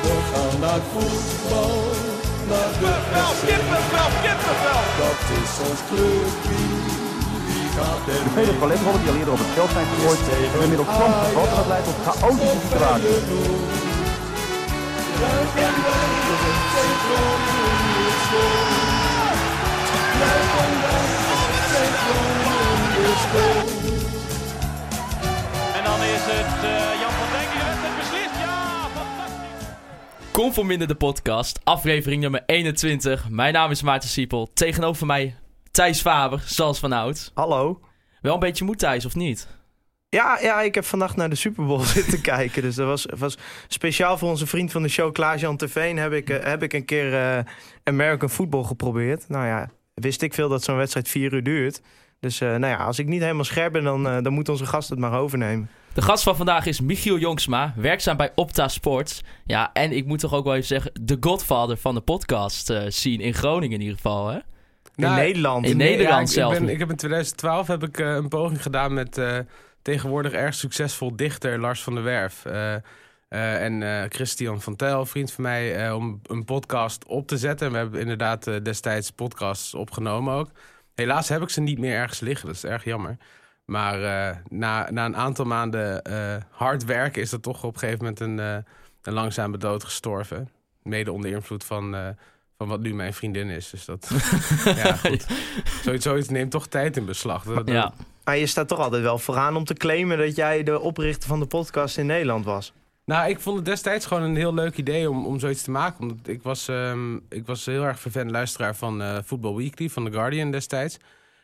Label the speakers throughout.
Speaker 1: We gaan naar voetbal, naar de
Speaker 2: Kippenvel.
Speaker 1: Dat is ons clubje. Wie gaat er
Speaker 3: De vele paletrollen die al eerder op het veld zijn gegooid, hebben inmiddels soms gevat en dat leidt tot chaotische situaties.
Speaker 2: En dan is het Jan van Dijk die de wedstrijd beslist. Ja, fantastisch.
Speaker 4: Conforminder de podcast, aflevering nummer 21. Mijn naam is Maarten Siepel. Tegenover mij Thijs Faber, zoals vanouds.
Speaker 5: Hallo.
Speaker 4: Wel een beetje moe, Thijs, of niet?
Speaker 5: Ja, ik heb vannacht naar de Super Bowl zitten kijken. Dus dat was speciaal voor onze vriend van de show, Klaas-Jan Terveen, heb ik een keer American Football geprobeerd. Nou ja, wist ik veel dat zo'n wedstrijd 4 uur duurt. Dus als ik niet helemaal scherp ben, dan moet onze gast het maar overnemen.
Speaker 4: De gast van vandaag is Michiel Jongsma, werkzaam bij Opta Sports. Ja, en ik moet toch ook wel even zeggen, de godfather van de podcast scene in Groningen in ieder geval, hè?
Speaker 5: In Nederland.
Speaker 4: In Nederland zelf.
Speaker 6: Ik heb in 2012 een poging gedaan met tegenwoordig erg succesvol dichter Lars van der Werf. En Christian van Tuyl, vriend van mij, om een podcast op te zetten. En we hebben inderdaad destijds podcasts opgenomen ook. Helaas heb ik ze niet meer ergens liggen, dat is erg jammer. Maar na een aantal maanden hard werken is dat toch op een gegeven moment een langzame dood gestorven. Mede onder invloed van wat nu mijn vriendin is. Dus dat, ja goed. Zoiets neemt toch tijd in beslag.
Speaker 4: Ja.
Speaker 5: Maar je staat toch altijd wel vooraan om te claimen dat jij de oprichter van de podcast in Nederland was.
Speaker 6: Nou, ik vond het destijds gewoon een heel leuk idee om zoiets te maken. Omdat ik was heel erg vervent luisteraar van Football Weekly, van The Guardian destijds.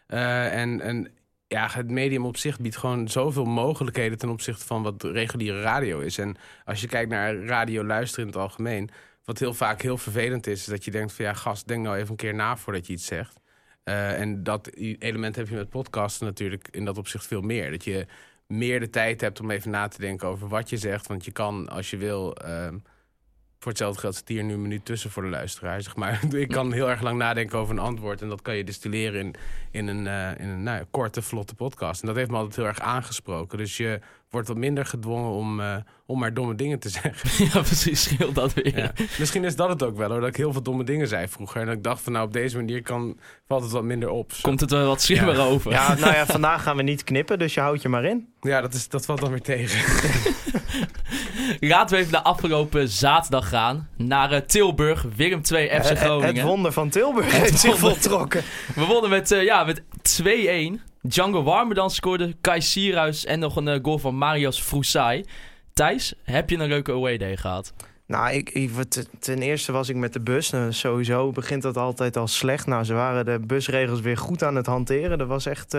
Speaker 6: En het medium op zich biedt gewoon zoveel mogelijkheden ten opzichte van wat reguliere radio is. En als je kijkt naar radio luisteren in het algemeen, wat heel vaak heel vervelend is dat je denkt van ja, gast, denk nou even een keer na voordat je iets zegt. En dat element heb je met podcasten natuurlijk in dat opzicht veel meer. Dat je meer de tijd hebt om even na te denken over wat je zegt. Want je kan, als je wil, voor hetzelfde geld zit hier nu een minuut tussen voor de luisteraar. Zeg maar. Ik kan heel erg lang nadenken over een antwoord. En dat kan je distilleren in een korte, vlotte podcast. En dat heeft me altijd heel erg aangesproken. Dus je wordt wat minder gedwongen om maar domme dingen te zeggen.
Speaker 4: Ja, precies, scheelt dat weer.
Speaker 6: Ja. Misschien is dat het ook wel, hoor. Dat ik heel veel domme dingen zei vroeger. En dat ik dacht van, op deze manier valt het wat minder op. Zo.
Speaker 4: Komt het wel wat slimmer over.
Speaker 5: Ja, vandaag gaan we niet knippen, dus je houdt je maar in.
Speaker 6: Ja, dat valt dan weer tegen.
Speaker 4: Laten we even naar afgelopen zaterdag gaan. Naar Tilburg, Willem II, FC Groningen.
Speaker 5: Het wonder van Tilburg heeft zich voltrokken.
Speaker 4: We wonnen met 2-1. Django Warmerdam scoorde, Kai Sierhuis en nog een goal van Marius Frousai. Thijs, heb je een leuke away day gehad?
Speaker 5: Nou, ten eerste was ik met de bus. Sowieso begint dat altijd al slecht. Nou, ze waren de busregels weer goed aan het hanteren. Dat was echt,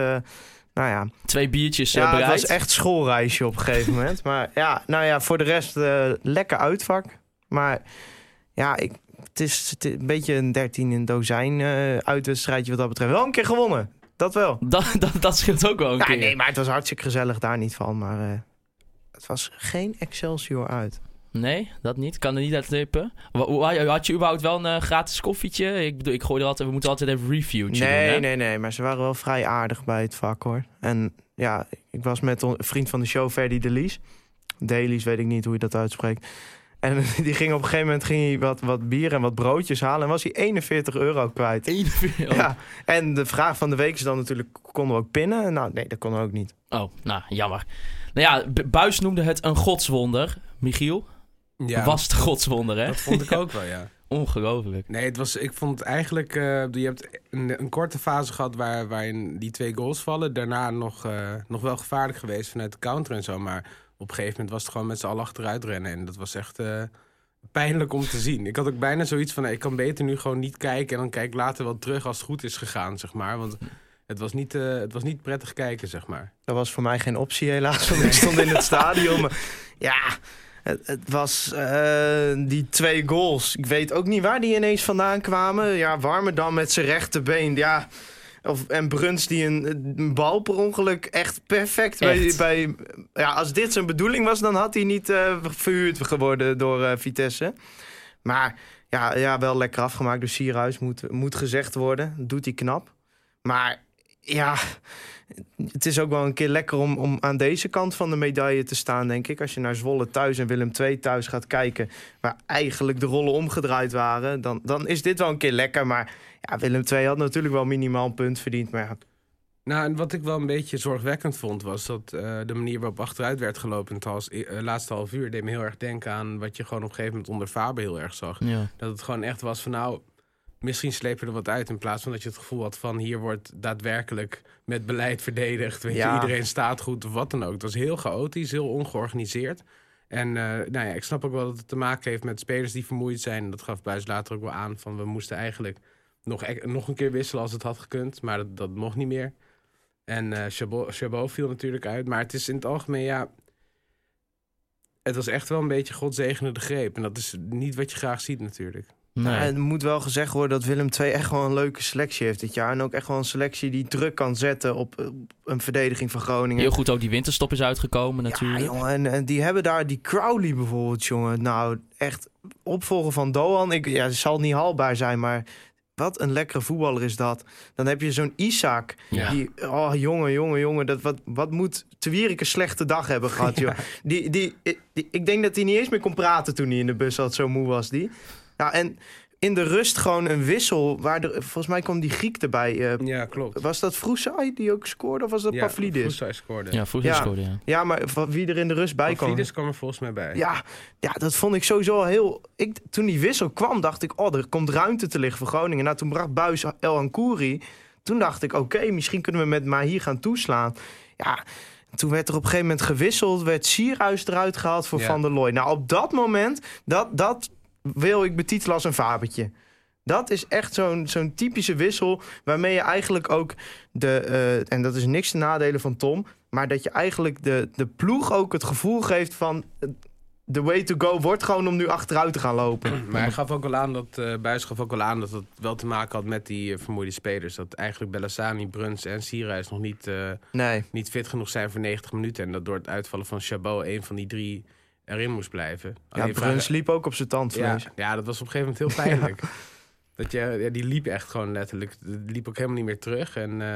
Speaker 4: 2 biertjes
Speaker 5: ja,
Speaker 4: bereid.
Speaker 5: het was echt schoolreisje op een gegeven moment. Maar voor de rest lekker uitvak. Maar ja, het is een beetje een 13 in dozijn uitwedstrijdje wat dat betreft. Wel een keer gewonnen. Dat wel.
Speaker 4: Dat scheelt ook wel een keer.
Speaker 5: Nee, maar het was hartstikke gezellig, daar niet van. Maar het was geen Excelsior uit.
Speaker 4: Nee, dat niet. Kan er niet uit tippen. Had je überhaupt wel een gratis koffietje? Ik bedoel, we moeten altijd even een reviewtje doen. Hè?
Speaker 5: Nee, maar ze waren wel vrij aardig bij het vak, hoor. En ja, ik was met een vriend van de show, Ferdy Delies. Delies, weet ik niet hoe je dat uitspreekt. En die ging op een gegeven moment wat bier en wat broodjes halen. En was hij €41 kwijt.
Speaker 4: 41?
Speaker 5: Ja, en de vraag van de week is dan natuurlijk, konden we ook pinnen? Nou, nee, dat kon ook niet.
Speaker 4: Oh, nou, jammer. Nou ja, Buis noemde het een godswonder. Michiel?
Speaker 6: Ja,
Speaker 4: was het godswonder, hè?
Speaker 6: Dat vond ik ook wel, ja.
Speaker 4: Ongelooflijk.
Speaker 6: Nee, ik vond het eigenlijk... je hebt een korte fase gehad waarin die 2 goals vallen. Daarna nog wel gevaarlijk geweest vanuit de counter en zo. Maar op een gegeven moment was het gewoon met z'n allen achteruit rennen. En dat was echt pijnlijk om te zien. Ik had ook bijna zoiets van, ik kan beter nu gewoon niet kijken. En dan kijk ik later wel terug als het goed is gegaan, zeg maar. Want het was niet prettig kijken, zeg maar.
Speaker 5: Dat was voor mij geen optie, helaas. Want ik stond in het stadion. Maar ja... Het was die 2 goals. Ik weet ook niet waar die ineens vandaan kwamen. Ja, Warmerdam met zijn rechterbeen. Ja. En Bruns die een bal per ongeluk echt perfect. Bij, als dit zijn bedoeling was, dan had hij niet verhuurd geworden door Vitesse. Maar ja, wel lekker afgemaakt door Sierhuis. Moet gezegd worden. Doet hij knap. Maar Ja, het is ook wel een keer lekker om aan deze kant van de medaille te staan, denk ik. Als je naar Zwolle thuis en Willem II thuis gaat kijken, waar eigenlijk de rollen omgedraaid waren, dan is dit wel een keer lekker. Maar ja, Willem II had natuurlijk wel minimaal een punt verdiend. Maar ja.
Speaker 6: Nou, en wat ik wel een beetje zorgwekkend vond, was dat de manier waarop achteruit werd gelopen in het laatste half uur deed me heel erg denken aan wat je gewoon op een gegeven moment onder Faber heel erg zag.
Speaker 4: Ja.
Speaker 6: Dat het gewoon echt was van nou, misschien slepen er wat uit in plaats van dat je het gevoel had van hier wordt daadwerkelijk met beleid verdedigd. Weet je, iedereen staat goed of wat dan ook. Het was heel chaotisch, heel ongeorganiseerd. En ik snap ook wel dat het te maken heeft met spelers die vermoeid zijn. Dat gaf Buijs later ook wel aan van we moesten eigenlijk nog een keer wisselen als het had gekund. Maar dat mocht niet meer. En Chabot viel natuurlijk uit. Maar het is in het algemeen, ja, het was echt wel een beetje godzegende greep. En dat is niet wat je graag ziet natuurlijk.
Speaker 4: Nee.
Speaker 5: Ja, het moet wel gezegd worden dat Willem II echt wel een leuke selectie heeft dit jaar. En ook echt wel een selectie die druk kan zetten op een verdediging van Groningen.
Speaker 4: Heel goed ook die winterstop is uitgekomen natuurlijk.
Speaker 5: Ja, jongen, en die hebben daar die Crowley bijvoorbeeld, jongen. Nou, echt opvolger van Doan. Het zal niet haalbaar zijn, maar wat een lekkere voetballer is dat. Dan heb je zo'n Isaac.
Speaker 4: Ja.
Speaker 5: Die, jongen. Wat moet Te Wierik een slechte dag hebben gehad, joh. Ik denk dat hij niet eens meer kon praten toen hij in de bus zat. Zo moe was die. Ja, en in de rust gewoon een wissel. Volgens mij kwam die Griek erbij.
Speaker 6: Ja, klopt.
Speaker 5: Was dat Vroesai die ook scoorde? Of was dat Pavlidis?
Speaker 6: Vroesai scoorde.
Speaker 4: Ja, Vroesai scoorde, ja.
Speaker 5: Ja, maar wie er in de rust bij kwam.
Speaker 6: Pavlidis kwam er volgens mij bij.
Speaker 5: Ja, dat vond ik sowieso heel... Toen die wissel kwam, dacht ik... er komt ruimte te liggen voor Groningen. Nou, toen bracht Buijs El Ankouri. Toen dacht ik, oké, misschien kunnen we met Mahi gaan toeslaan. Ja, toen werd er op een gegeven moment gewisseld. Werd Sierhuis eruit gehaald voor Van der Looy. Nou, op dat moment... Dat wil ik betitelen als een Fabertje. Dat is echt zo'n typische wissel... waarmee je eigenlijk ook en dat is niks te nadelen van Tom... maar dat je eigenlijk de ploeg ook het gevoel geeft van... the way to go wordt gewoon om nu achteruit te gaan lopen.
Speaker 6: Maar hij gaf ook wel aan Buijs gaf ook wel aan dat het wel te maken had met die vermoeide spelers. Dat eigenlijk Bellassani, Bruns en Sierhuis nog niet fit genoeg zijn voor 90 minuten. En dat door het uitvallen van Chabot een van die drie erin moest blijven.
Speaker 5: Ja, Bruns liep ook op zijn tandvlees.
Speaker 6: Ja, dat was op een gegeven moment heel pijnlijk. Die liep echt gewoon letterlijk. Die liep ook helemaal niet meer terug.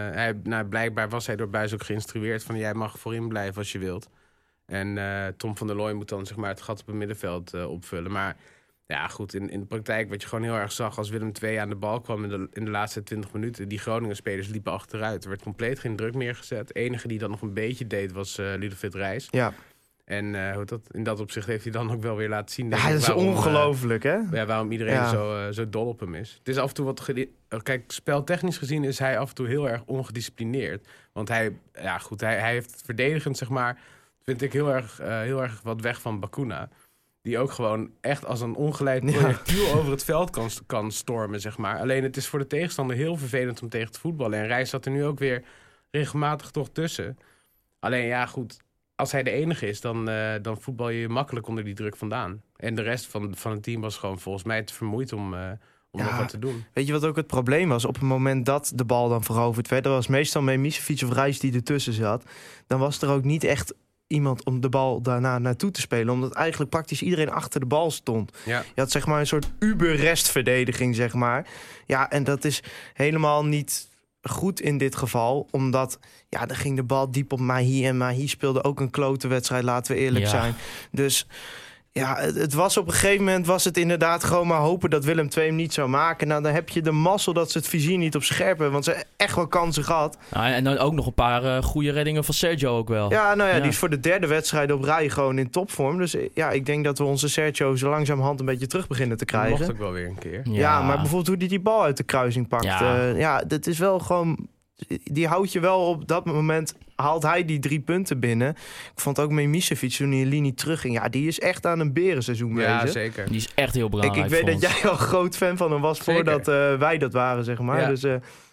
Speaker 6: En blijkbaar was hij door Buijs ook geïnstrueerd van jij mag voorin blijven als je wilt. En Tom van der Looy moet dan zeg maar het gat op het middenveld opvullen. Maar ja, goed, in de praktijk wat je gewoon heel erg zag... als Willem II aan de bal kwam in de laatste 20 minuten... die Groningen-spelers liepen achteruit. Er werd compleet geen druk meer gezet. De enige die dat nog een beetje deed was Ludovic Reis.
Speaker 5: Ja.
Speaker 6: En in dat opzicht heeft hij dan ook wel weer laten zien...
Speaker 5: Ja, dat is ongelooflijk, hè?
Speaker 6: Ja, waarom iedereen zo dol op hem is. Het is af en toe kijk, speltechnisch gezien is hij af en toe heel erg ongedisciplineerd. Want hij heeft verdedigend, zeg maar... vind ik heel erg wat weg van Bacuna. Die ook gewoon echt als een ongeleid projectiel over het veld kan stormen, zeg maar. Alleen het is voor de tegenstander heel vervelend om tegen te voetballen. En Reis zat er nu ook weer regelmatig toch tussen. Alleen ja, goed, als hij de enige is, dan voetbal je makkelijk onder die druk vandaan. En de rest van het team was gewoon volgens mij te vermoeid om nog wat te doen. Weet
Speaker 5: je wat ook het probleem was? Op het moment dat de bal dan veroverd werd... er was meestal Memisevic of Reis die ertussen zat... dan was er ook niet echt... iemand om de bal daarna naartoe te spelen. Omdat eigenlijk praktisch iedereen achter de bal stond. Ja. Je had zeg maar een soort uber-restverdediging, zeg maar. Ja, en dat is helemaal niet goed in dit geval. Omdat, dan ging de bal diep op Mahi. En Mahi speelde ook een klote wedstrijd, laten we eerlijk zijn. Dus... ja, het was op een gegeven moment was het inderdaad gewoon maar hopen dat Willem II hem niet zou maken. Nou, dan heb je de mazzel dat ze het vizier niet op scherp hebben. Want ze hebben echt wel kansen gehad.
Speaker 4: Nou, en dan ook nog een paar goede reddingen van Sergio ook wel.
Speaker 5: Ja, die is voor de 3e wedstrijd op rij gewoon in topvorm. Dus ja, ik denk dat we onze Sergio zo langzamerhand een beetje terug beginnen te krijgen.
Speaker 6: Dat mocht ook wel weer een keer.
Speaker 5: Ja, maar bijvoorbeeld hoe hij die bal uit de kruising pakt. Dat is wel gewoon... die houdt je wel op dat moment... haalt hij die 3 punten binnen. Ik vond ook Memisevic toen hij in linie terugging. Ja, die is echt aan een berenseizoen bezig.
Speaker 6: Ja, zeker.
Speaker 4: Die is echt heel belangrijk.
Speaker 5: Ik weet dat jij al groot fan van hem was... voordat wij dat waren, zeg maar.
Speaker 6: Ja.
Speaker 5: Dus,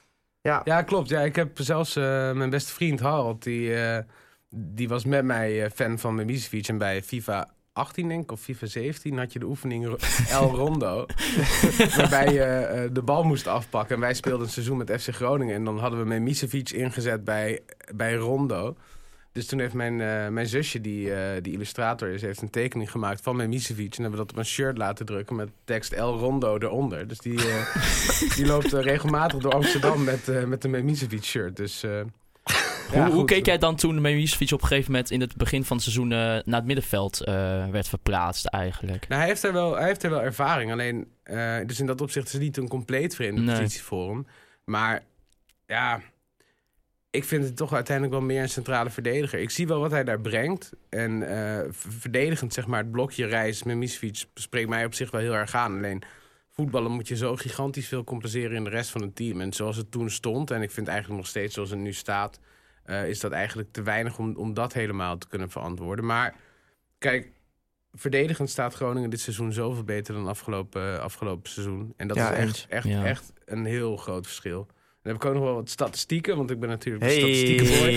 Speaker 6: ja, klopt. Ja, ik heb zelfs mijn beste vriend Harold... die was met mij fan van Memisevic. En bij FIFA 18, denk ik, of FIFA 17... had je de oefening El Rondo. waarbij je de bal moest afpakken. En wij speelden een seizoen met FC Groningen. En dan hadden we Memisevic ingezet bij Rondo. Dus toen heeft mijn zusje, die illustrator is, heeft een tekening gemaakt van Memisevic. En hebben we dat op een shirt laten drukken met tekst El Rondo eronder. Dus die loopt regelmatig door Amsterdam met een Memisevic shirt. Dus,
Speaker 4: hoe keek jij dan toen Memisevic op een gegeven moment in het begin van het seizoen naar het middenveld werd verplaatst eigenlijk?
Speaker 6: Nou, hij heeft er wel ervaring. Alleen, dus in dat opzicht is het niet een compleet vreemde positie voor hem. Maar ja, ik vind het toch uiteindelijk wel meer een centrale verdediger. Ik zie wel wat hij daar brengt. En verdedigend, zeg maar, het blokje reis met Mimicevic spreekt mij op zich wel heel erg aan. Alleen voetballen moet je zo gigantisch veel compenseren in de rest van het team. En zoals het toen stond, en ik vind eigenlijk nog steeds zoals het nu staat, is dat eigenlijk te weinig om dat helemaal te kunnen verantwoorden. Maar kijk, verdedigend staat Groningen dit seizoen zoveel beter dan afgelopen seizoen. En dat is echt een heel groot verschil. Dan heb ik ook nog wel wat statistieken, want ik ben natuurlijk een statistiekenboy.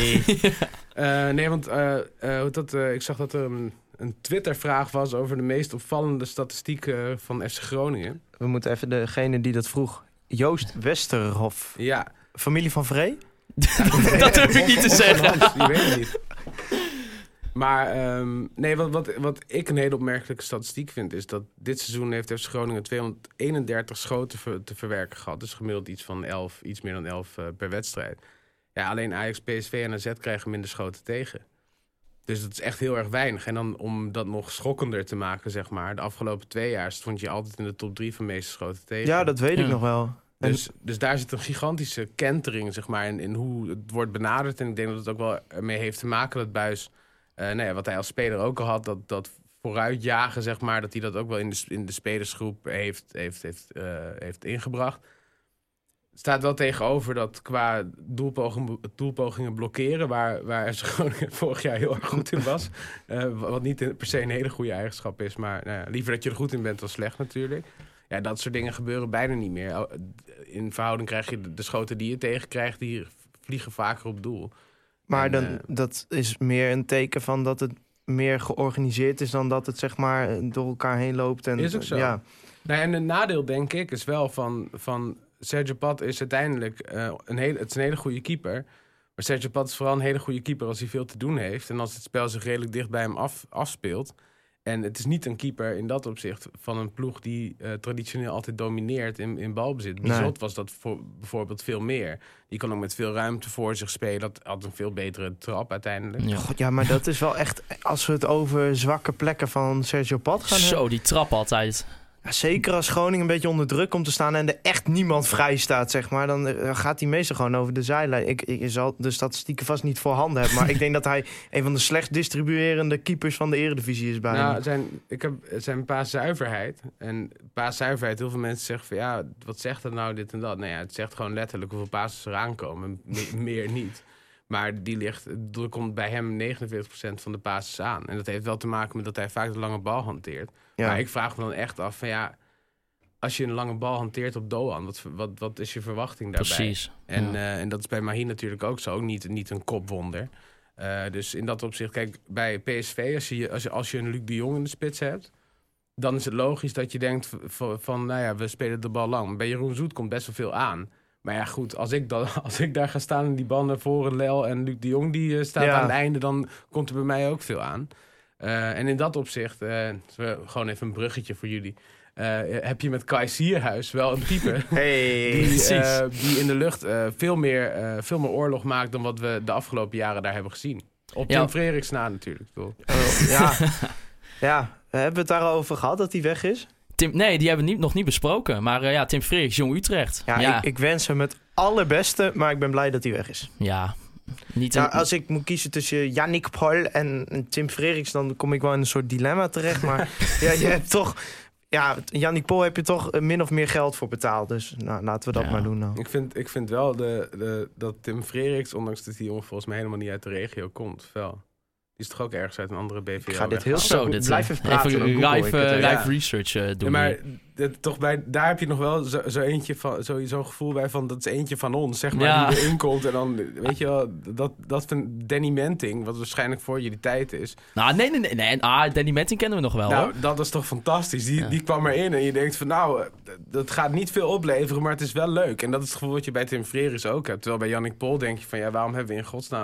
Speaker 6: Ik zag dat er een Twitter-vraag was over de meest opvallende statistieken van FC Groningen.
Speaker 5: We moeten even degene die dat vroeg. Joost Westerhof.
Speaker 6: Ja.
Speaker 5: Familie van Vree?
Speaker 4: Dat durf ik niet te zeggen.
Speaker 6: Die weet ik niet. Maar wat ik een hele opmerkelijke statistiek vind, is dat dit seizoen heeft FC Groningen 231 schoten te verwerken gehad. Dus gemiddeld iets meer dan 11 per wedstrijd. Ja, alleen Ajax, PSV en AZ krijgen minder schoten tegen. Dus dat is echt heel erg weinig. En dan om dat nog schokkender te maken, zeg maar, de afgelopen 2 jaar stond je altijd in de top 3 van meeste schoten tegen.
Speaker 5: Ja, dat weet ik nog wel.
Speaker 6: Dus daar zit een gigantische kentering, zeg maar, in hoe het wordt benaderd. En ik denk dat het ook wel ermee heeft te maken dat Buijs, wat hij als speler ook al had, dat vooruitjagen, zeg maar, dat hij dat ook wel in de spelersgroep heeft ingebracht. Staat wel tegenover dat qua doelpogingen blokkeren, waar ze gewoon vorig jaar heel erg goed in was. Wat niet per se een hele goede eigenschap is, maar liever dat je er goed in bent dan slecht natuurlijk. Ja, dat soort dingen gebeuren bijna niet meer. In verhouding krijg je de schoten die je tegenkrijgt, die vliegen vaker op doel.
Speaker 5: Maar dat is meer een teken van dat het meer georganiseerd is dan dat het, zeg maar, door elkaar heen loopt. En,
Speaker 6: is ook zo. Ja. Nou, en een nadeel, denk ik, is wel van Sergio Pat is uiteindelijk het is een hele goede keeper. Maar Sergio Pat is vooral een hele goede keeper als hij veel te doen heeft. En als het spel zich redelijk dicht bij hem afspeelt. En het is niet een keeper in dat opzicht van een ploeg die traditioneel altijd domineert in balbezit. Bizot was dat bijvoorbeeld veel meer. Die kon ook met veel ruimte voor zich spelen. Dat had een veel betere trap uiteindelijk.
Speaker 5: Ja. God, ja, maar dat is wel echt, als we het over zwakke plekken van Sergio Pat gaan hebben.
Speaker 4: Zo, die trap altijd.
Speaker 5: Ja, zeker als Groningen een beetje onder druk komt te staan en er echt niemand vrij staat, zeg maar, dan gaat hij meestal gewoon over de zijlijn. Ik zal de statistieken vast niet voorhanden hebben, maar ik denk dat hij een van de slecht distribuerende keepers van de Eredivisie is bijna.
Speaker 6: Nou, zijn paaszuiverheid. En paaszuiverheid, heel veel mensen zeggen van ja, wat zegt dat nou, dit en dat? Nou ja, het zegt gewoon letterlijk hoeveel passes er aankomen, meer niet. Maar er komt bij hem 49% van de passes aan. En dat heeft wel te maken met dat hij vaak de lange bal hanteert. Ja. Maar ik vraag me dan echt af van ja, als je een lange bal hanteert op Doan, wat is je verwachting daarbij?
Speaker 4: Precies.
Speaker 6: En dat is bij Mahi natuurlijk ook zo, ook niet een kopwonder. Dus in dat opzicht, kijk, bij PSV, als je een Luc de Jong in de spits hebt, dan is het logisch dat je denkt van nou ja, we spelen de bal lang. Bij Jeroen Zoet komt best wel veel aan. Maar ja, goed, als ik daar ga staan en die banden voor Lel en Luc de Jong die staat aan het einde, dan komt er bij mij ook veel aan. En in dat opzicht, gewoon even een bruggetje voor jullie, heb je met Kai Sierhuis wel een type die in de lucht veel meer oorlog maakt dan wat we de afgelopen jaren daar hebben gezien. Op Tim Frerichs na natuurlijk.
Speaker 5: Ja, hebben we het daarover gehad dat hij weg is?
Speaker 4: Nee, die hebben we nog niet besproken. Maar Tim Frerichs, Jong Utrecht.
Speaker 5: Ja. Ik wens hem het allerbeste, maar ik ben blij dat hij weg is.
Speaker 4: Ja.
Speaker 5: Als ik moet kiezen tussen Yannick Pol en Tim Frerichs, dan kom ik wel in een soort dilemma terecht. Maar ja, je hebt toch... Ja, Yannick Pol heb je toch min of meer geld voor betaald. Dus laten we dat maar doen nou.
Speaker 6: Ik vind wel dat Tim Frerichs, ondanks dat die jongen volgens mij helemaal niet uit de regio komt, wel... Die is toch ook ergens uit een andere BVO?
Speaker 5: Ik ga dit heel zo. Blijf even praten.
Speaker 4: Even live research doen.
Speaker 6: Ja, maar daar heb je nog wel zo eentje van, zo'n gevoel bij van, dat is eentje van ons, zeg maar, die erin komt. En dan, weet je wel, dat van Danny Menting, wat waarschijnlijk voor jullie tijd is.
Speaker 4: Nou, nee. Danny Menting kennen we nog wel, hoor.
Speaker 6: Dat is toch fantastisch. Die kwam erin en je denkt van, nou, dat gaat niet veel opleveren, maar het is wel leuk. En dat is het gevoel wat je bij Tim Frerichs ook hebt. Terwijl bij Yannick Pol denk je van, ja, waarom hebben we in godsnaam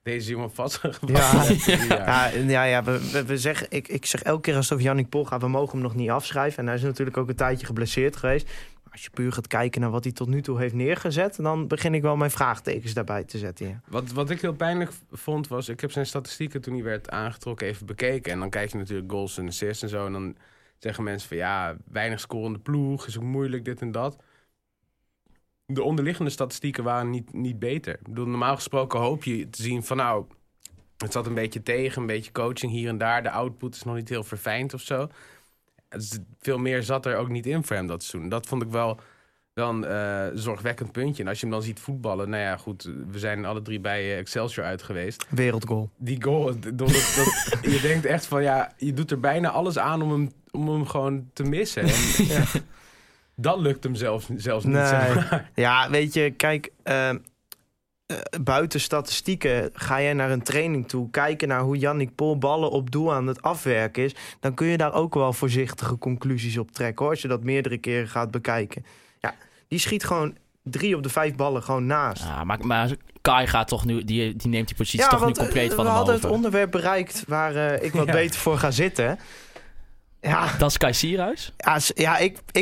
Speaker 6: deze jongen vastgevallen.
Speaker 5: We zeggen, ik zeg elke keer als het over Yannick Pol gaat, we mogen hem nog niet afschrijven. En hij is natuurlijk ook een tijdje geblesseerd geweest. Maar als je puur gaat kijken naar wat hij tot nu toe heeft neergezet, dan begin ik wel mijn vraagtekens daarbij te zetten. Ja.
Speaker 6: Wat ik heel pijnlijk vond was, ik heb zijn statistieken toen hij werd aangetrokken even bekeken. En dan kijk je natuurlijk goals en assists en zo. En dan zeggen mensen van ja, weinig scorende ploeg, is ook moeilijk, dit en dat. De onderliggende statistieken waren niet beter. Ik bedoel, normaal gesproken hoop je te zien van nou, het zat een beetje tegen, een beetje coaching hier en daar. De output is nog niet heel verfijnd of zo. Veel meer zat er ook niet in voor hem dat seizoen. Dat vond ik wel een zorgwekkend puntje. En als je hem dan ziet voetballen, nou ja goed, we zijn alle 3 bij Excelsior uit geweest.
Speaker 5: Wereldgoal.
Speaker 6: Die goal, je denkt echt van ja, je doet er bijna alles aan om hem gewoon te missen. En, ja. Dat lukt hem zelfs niet. Zeg maar.
Speaker 5: Ja, weet je, kijk, buiten statistieken ga jij naar een training toe, kijken naar hoe Yannick Pol ballen op doel aan het afwerken is, dan kun je daar ook wel voorzichtige conclusies op trekken, hoor, als je dat meerdere keren gaat bekijken. Ja, die schiet gewoon 3 op de 5 ballen gewoon naast.
Speaker 4: Ja, maar Kai gaat toch nu, die neemt die positie toch nu compleet van hem over.
Speaker 5: We hadden het onderwerp bereikt waar ik wat beter voor ga zitten. Ja.
Speaker 4: Dat is Kai Sierhuis?
Speaker 5: Ja,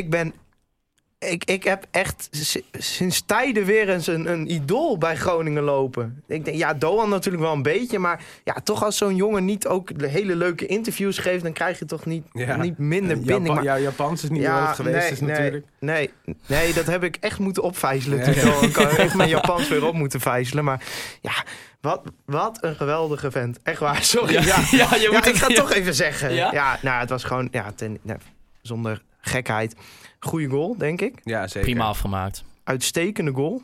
Speaker 5: ik heb echt sinds tijden weer eens een idool bij Groningen lopen. Ik denk, ja, Doan natuurlijk wel een beetje, maar ja, toch als zo'n jongen niet ook hele leuke interviews geeft, dan krijg je toch niet minder binding.
Speaker 6: Ja, Japans is niet wat het geweest is natuurlijk.
Speaker 5: Nee, dat heb ik echt moeten opvijzelen. Ik had echt mijn Japans weer op moeten vijzelen, maar ja, wat een geweldige vent. Echt waar, sorry. Ik ga het toch even zeggen. Ja, nou, het was gewoon, zonder gekheid. Goeie goal, denk ik.
Speaker 6: Ja, zeker.
Speaker 4: Prima afgemaakt.
Speaker 5: Uitstekende goal.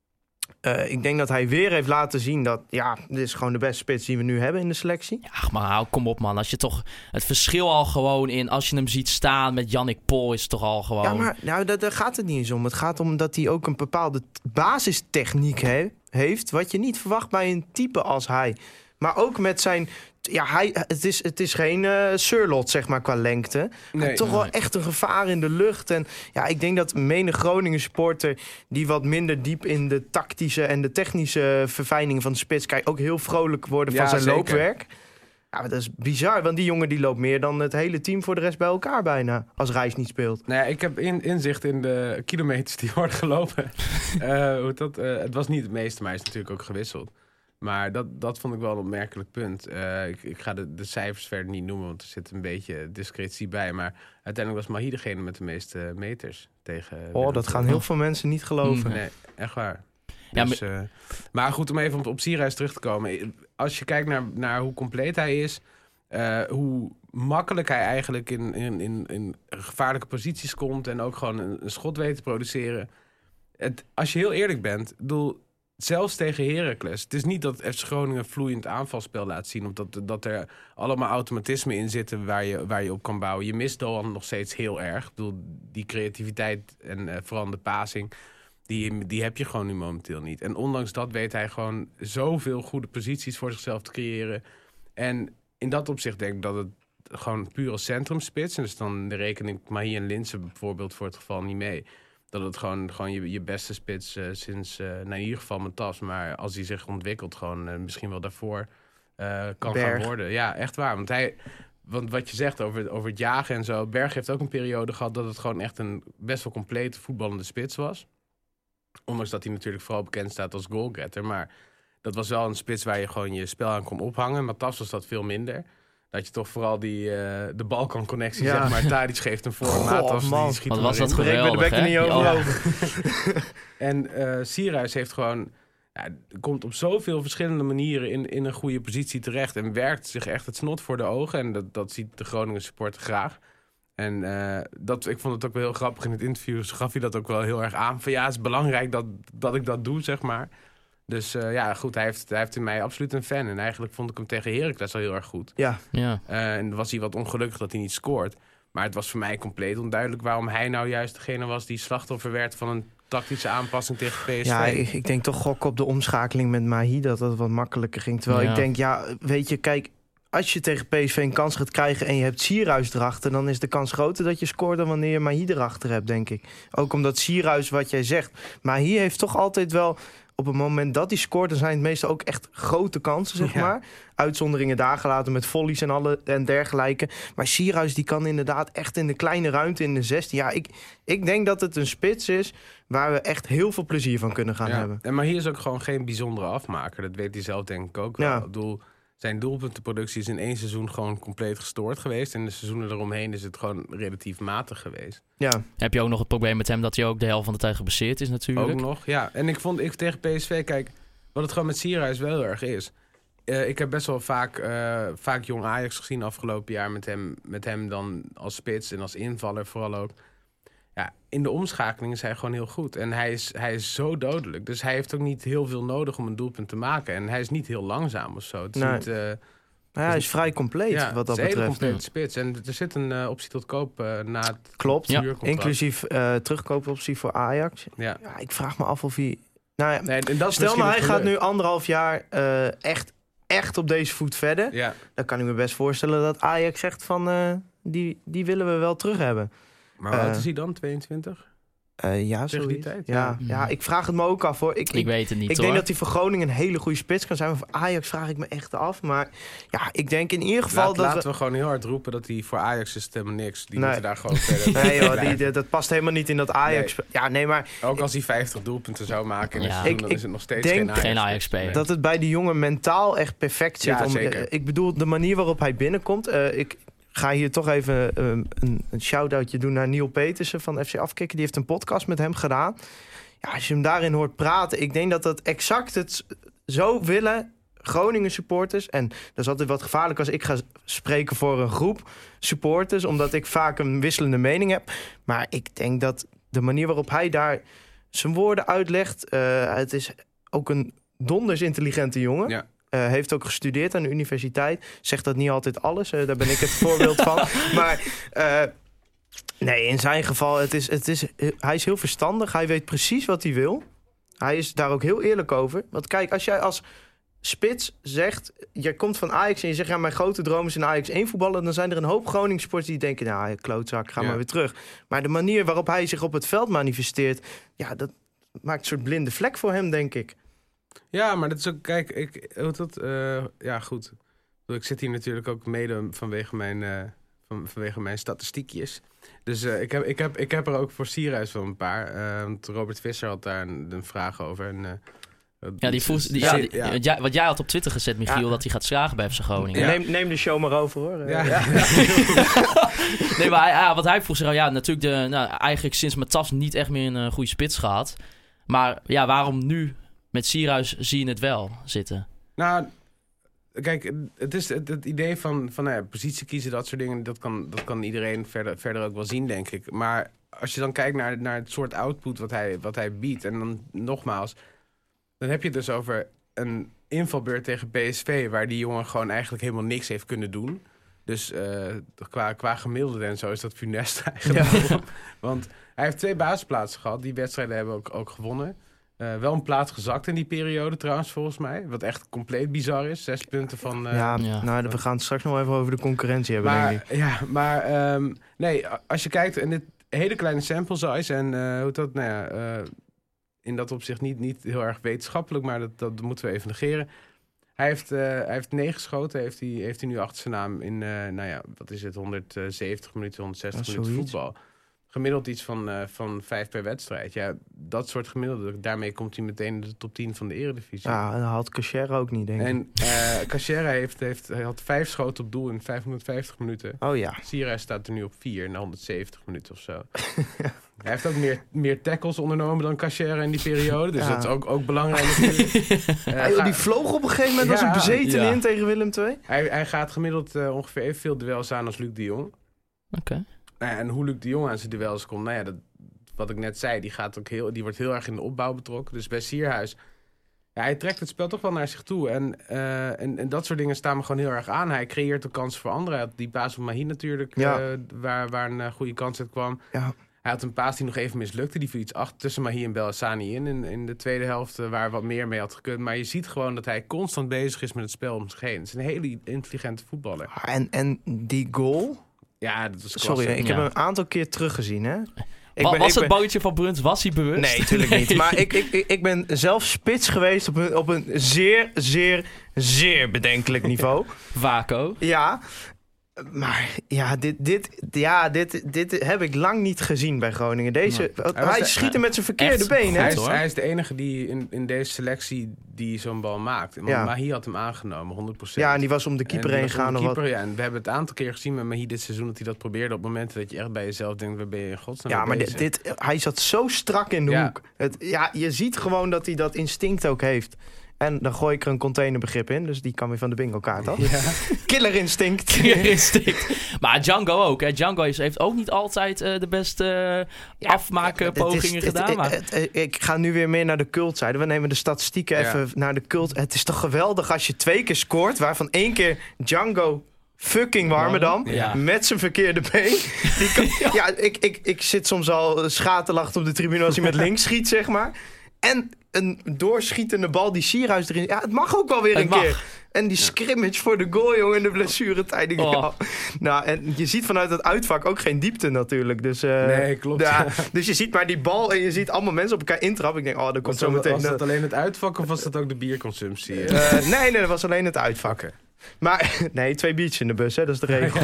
Speaker 5: Ik denk dat hij weer heeft laten zien dat, dit is gewoon de beste spits die we nu hebben in de selectie.
Speaker 4: Ja, maar kom op, man. Als je toch het verschil al gewoon in, als je hem ziet staan met Yannick Pol, is het toch al gewoon. Ja,
Speaker 5: maar daar gaat het niet eens om. Het gaat om dat hij ook een bepaalde basistechniek heeft, wat je niet verwacht bij een type als hij. Maar ook met zijn. Ja, het is geen Surlot, zeg maar, qua lengte. Maar toch wel echt een gevaar in de lucht. En ja, ik denk dat menig Groningen supporter die wat minder diep in de tactische en de technische verfijning van de spits kijkt, ook heel vrolijk worden van zijn loopwerk. Ja, maar dat is bizar, want die jongen die loopt meer dan het hele team voor de rest bij elkaar bijna, als Reis niet speelt.
Speaker 6: Nou ja, ik heb inzicht in de kilometers die worden gelopen. Het was niet het meeste, maar hij is natuurlijk ook gewisseld. Maar dat vond ik wel een opmerkelijk punt. Ik ga de cijfers verder niet noemen, want er zit een beetje discretie bij. Maar uiteindelijk was Mahi degene met de meeste meters tegen.
Speaker 5: Dat gaan heel veel mensen niet geloven.
Speaker 6: Nee, echt waar. Dus, maar goed, om even op Sierhuis terug te komen. Als je kijkt naar hoe compleet hij is, hoe makkelijk hij eigenlijk in gevaarlijke posities komt en ook gewoon een schot weet te produceren. Als je heel eerlijk bent, zelfs tegen Heracles. Het is niet dat FC Groningen vloeiend aanvalspel laat zien, omdat dat er allemaal automatismen in zitten waar je op kan bouwen. Je mist Doan nog steeds heel erg. Ik bedoel, die creativiteit en vooral de passing, die heb je gewoon nu momenteel niet. En ondanks dat weet hij gewoon zoveel goede posities voor zichzelf te creëren. En in dat opzicht denk ik dat het gewoon puur als centrumspits, en dus dan reken ik Mahi en Linssen bijvoorbeeld voor het geval niet mee, dat het gewoon je beste spits sinds, in ieder geval Matas, maar als hij zich ontwikkelt, gewoon misschien wel daarvoor kan gaan worden. Ja, echt waar. Want wat je zegt over het jagen en zo, Berg heeft ook een periode gehad dat het gewoon echt een best wel complete voetballende spits was. Ondanks dat hij natuurlijk vooral bekend staat als goalgetter, maar dat was wel een spits waar je gewoon je spel aan kon ophangen. Matas was dat veel minder. Dat je toch vooral de Balkan-connectie, zeg maar. Tadic geeft hem voor. Matas, die schiet
Speaker 4: wat was dat geweldig, hè?
Speaker 5: Niet over.
Speaker 6: En Sierhuis heeft gewoon, komt op zoveel verschillende manieren in een goede positie terecht. En werkt zich echt het snot voor de ogen. En dat ziet de Groningen supporter graag. En ik vond het ook wel heel grappig in het interview. Gaf hij dat ook wel heel erg aan. Van het is belangrijk dat ik dat doe, zeg maar. Dus goed, hij heeft in mij absoluut een fan. En eigenlijk vond ik hem tegen Heracles al heel erg goed.
Speaker 5: Ja.
Speaker 6: En was hij wat ongelukkig dat hij niet scoort. Maar het was voor mij compleet onduidelijk waarom hij nou juist degene was die slachtoffer werd van een tactische aanpassing tegen PSV.
Speaker 5: Ja, ik denk toch gok op de omschakeling met Mahi dat wat makkelijker ging. Terwijl ik denk, weet je, kijk, als je tegen PSV een kans gaat krijgen en je hebt Sierhuis erachter, dan is de kans groter dat je scoort dan wanneer je Mahi erachter hebt, denk ik. Ook omdat Sierhuis, wat jij zegt, Mahi heeft toch altijd wel, op het moment dat hij scoort, dan zijn het meestal ook echt grote kansen, zeg maar. Uitzonderingen daar gelaten met volleys en dergelijke. Maar Sierhuis die kan inderdaad echt in de kleine ruimte in de 16. Ja, ik denk dat het een spits is waar we echt heel veel plezier van kunnen gaan hebben.
Speaker 6: En Mahi is ook gewoon geen bijzondere afmaker. Dat weet hij zelf denk ik ook wel.
Speaker 5: Ja.
Speaker 6: Ik bedoel, zijn doelpuntenproductie is in 1 seizoen gewoon compleet gestoord geweest. En de seizoenen eromheen is het gewoon relatief matig geweest.
Speaker 5: Ja.
Speaker 4: Heb je ook nog het probleem met hem dat hij ook de helft van de tijd geblesseerd is natuurlijk?
Speaker 6: Ook nog, ja. En ik vond tegen PSV, kijk, wat het gewoon met Sierhuis wel heel erg is. Ik heb best wel vaak jong Ajax gezien afgelopen jaar met hem dan als spits en als invaller vooral ook. Ja, in de omschakeling is hij gewoon heel goed. En hij is zo dodelijk. Dus hij heeft ook niet heel veel nodig om een doelpunt te maken. En hij is niet heel langzaam of zo. Het is niet,
Speaker 5: hij is vrij compleet wat dat betreft.
Speaker 6: Het is een hele complete spits. En er zit een optie tot koop na het huurcontract.
Speaker 5: Inclusief terugkoopoptie voor Ajax.
Speaker 6: Ja,
Speaker 5: ik vraag me af of hij... Nou ja,
Speaker 6: nee, en dat
Speaker 5: stel nou, hij gaat nu 1,5 jaar echt op deze voet verder.
Speaker 6: Ja.
Speaker 5: Dan kan ik me best voorstellen dat Ajax zegt van... die willen we wel terug hebben.
Speaker 6: Maar wat is hij dan? 22?
Speaker 5: Ja,
Speaker 6: Tegen die
Speaker 5: zoiets.
Speaker 6: tijd?
Speaker 5: Ja, ik vraag het me ook af hoor.
Speaker 4: Ik weet het niet,
Speaker 5: Ik denk dat hij voor Groningen een hele goede spits kan zijn. Maar voor Ajax vraag ik me echt af. Maar ja, ik denk in ieder geval
Speaker 6: Laten we gewoon heel hard roepen dat hij voor Ajax is helemaal niks. Die moeten daar gewoon verder.
Speaker 5: Nee joh, dat past helemaal niet in dat Ajax.
Speaker 6: Nee.
Speaker 5: Ja, nee, maar...
Speaker 6: Ook als hij 50 doelpunten zou maken in een seizoen, dan is het nog steeds
Speaker 4: geen Ajax-speler.
Speaker 5: Dat het bij die jongen mentaal echt perfect zit.
Speaker 6: Ja, zeker.
Speaker 5: Ik bedoel, de manier waarop hij binnenkomt... Ik ga hier toch even een shout-outje doen naar Neil Petersen van FC Afkikken. Die heeft een podcast met hem gedaan. Ja, als je hem daarin hoort praten... Ik denk dat dat exact het zo willen Groningen supporters. En dat is altijd wat gevaarlijk als ik ga spreken voor een groep supporters. Omdat ik vaak een wisselende mening heb. Maar ik denk dat de manier waarop hij daar zijn woorden uitlegt... het is ook een donders intelligente jongen.
Speaker 6: Ja.
Speaker 5: Heeft ook gestudeerd aan de universiteit. Zegt dat niet altijd alles. Daar ben ik het voorbeeld van. Maar nee, in zijn geval, hij is heel verstandig. Hij weet precies wat hij wil. Hij is daar ook heel eerlijk over. Want kijk, als jij als spits zegt... Je komt van Ajax en je zegt... Ja, mijn grote droom is in Ajax 1 voetballen... dan zijn er een hoop Groningen sporters die denken... Nou, klootzak, ga maar weer terug. Maar de manier waarop hij zich op het veld manifesteert... Ja, dat maakt een soort blinde vlek voor hem, denk ik.
Speaker 6: Ja, maar dat is ook... Kijk, ja, goed. Ik zit hier natuurlijk ook mede vanwege mijn statistiekjes. Dus ik heb er ook voor Sierhuis wel een paar. Want Robert Visser had daar een vraag over. En,
Speaker 4: wat jij had op Twitter gezet, Michiel, dat hij gaat schragen bij FC Groningen.
Speaker 5: Ja. Neem de show maar over, hoor.
Speaker 4: Nee, maar wat hij vroeg zich, natuurlijk eigenlijk sinds Matas niet echt meer een goede spits gehad. Maar ja, waarom nu met Sierhuis zie je het wel zitten? Nou,
Speaker 6: kijk, het is het idee van positie kiezen, dat soort dingen, dat kan iedereen verder ook wel zien, denk ik. Maar als je dan kijkt naar het soort output wat hij biedt, en dan nogmaals, dan heb je het dus over een invalbeurt tegen PSV, waar die jongen gewoon eigenlijk helemaal niks heeft kunnen doen. Dus qua gemiddelde en zo is dat funest eigenlijk. Ja. Want hij heeft 2 basisplaatsen gehad. Die wedstrijden hebben ook gewonnen. Wel een plaats gezakt in die periode trouwens, volgens mij. Wat echt compleet bizar is. 6 punten van...
Speaker 5: we gaan het straks nog even over de concurrentie hebben, denk ik.
Speaker 6: Ja, maar nee, als je kijkt in dit hele kleine sample size... en hoe dat, in dat opzicht niet heel erg wetenschappelijk... maar dat moeten we even negeren. Hij heeft 9 schoten, heeft hij nu achter zijn naam in, wat is het, 170 minuten, 160 minuten voetbal. Gemiddeld iets van 5 per wedstrijd. Ja, dat soort gemiddelde, daarmee komt hij meteen in de top 10 van de Eredivisie.
Speaker 5: Ja, en dat had Cachera ook niet, denk ik.
Speaker 6: En Cachera had 5 schoten op doel in 550 minuten.
Speaker 5: Oh ja.
Speaker 6: Sierhuis staat er nu op 4 in 170 minuten of zo. Hij heeft ook meer tackles ondernomen dan Cachera in die periode. Dus dat is ook belangrijk natuurlijk.
Speaker 5: Die vloog op een gegeven moment als een bezeten in tegen Willem II.
Speaker 6: Hij gaat gemiddeld ongeveer evenveel duels aan als Luc de Jong.
Speaker 4: Oké.
Speaker 6: En hoe Luc de Jong aan zijn duels komt, wat ik net zei, die wordt heel erg in de opbouw betrokken. Dus bij Sierhuis, hij trekt het spel toch wel naar zich toe. En dat soort dingen staan me gewoon heel erg aan. Hij creëert de kansen voor anderen. Hij had die baas op Mahi natuurlijk, waar een goede kans uit kwam.
Speaker 5: Ja.
Speaker 6: Hij had een paas die nog even mislukte. Die viel iets tussen Mahi en Belhassani in de tweede helft... waar wat meer mee had gekund. Maar je ziet gewoon dat hij constant bezig is met het spel om zich heen. Het is een hele intelligente voetballer.
Speaker 5: En die goal...
Speaker 6: Ja, dat is klasse.
Speaker 5: Sorry, ik heb hem een aantal keer teruggezien, hè?
Speaker 4: Was het balletje van Bruns, was hij bewust?
Speaker 5: Nee, natuurlijk niet. Maar ik ben zelf spits geweest op een zeer, zeer, zeer bedenkelijk niveau.
Speaker 4: Vaco.
Speaker 5: Ja, maar ja, dit heb ik lang niet gezien bij Groningen. Hij schiet hem met zijn verkeerde been.
Speaker 6: Hij is de enige die in deze selectie die zo'n bal maakt. Want Mahi had hem aangenomen, 100%.
Speaker 5: Ja, en die was om de keeper heen gegaan.
Speaker 6: Ja, en we hebben het een aantal keer gezien met Mahi dit seizoen... dat hij dat probeerde op momenten dat je echt bij jezelf denkt... waar ben je in godsnaam
Speaker 5: Ja, maar
Speaker 6: bezig?
Speaker 5: hij zat zo strak in de hoek. Je ziet gewoon dat hij dat instinct ook heeft. En dan gooi ik er een containerbegrip in. Dus die kan weer van de bingo kaart af. Ja. Killer instinct.
Speaker 4: Maar Django ook. Hè. Django heeft ook niet altijd de beste afmaken pogingen gedaan. Maar...
Speaker 5: Ik ga nu weer meer naar de cultzijde. We nemen de statistieken even naar de cult. Het is toch geweldig als je 2 keer scoort. Waarvan 1 keer Django fucking Warmerdam. Met zijn verkeerde been. Ik zit soms al schaterlacht op de tribune als hij met links schiet, zeg maar. En een doorschietende bal die Sierhuis erin... Ja, het mag ook wel weer een keer. En die scrimmage voor de goal, jongen, in de blessuretijd. Nou, en je ziet vanuit het uitvak ook geen diepte natuurlijk. Dus,
Speaker 6: nee, klopt.
Speaker 5: Ja, dus je ziet maar die bal en je ziet allemaal mensen op elkaar intrappen. Ik denk, dat komt zo meteen...
Speaker 6: Was dat alleen het uitvak of was dat ook de bierconsumptie?
Speaker 5: Nee, dat was alleen het uitvakken. Maar, nee, 2 biertjes in de bus, hè, dat is de regel.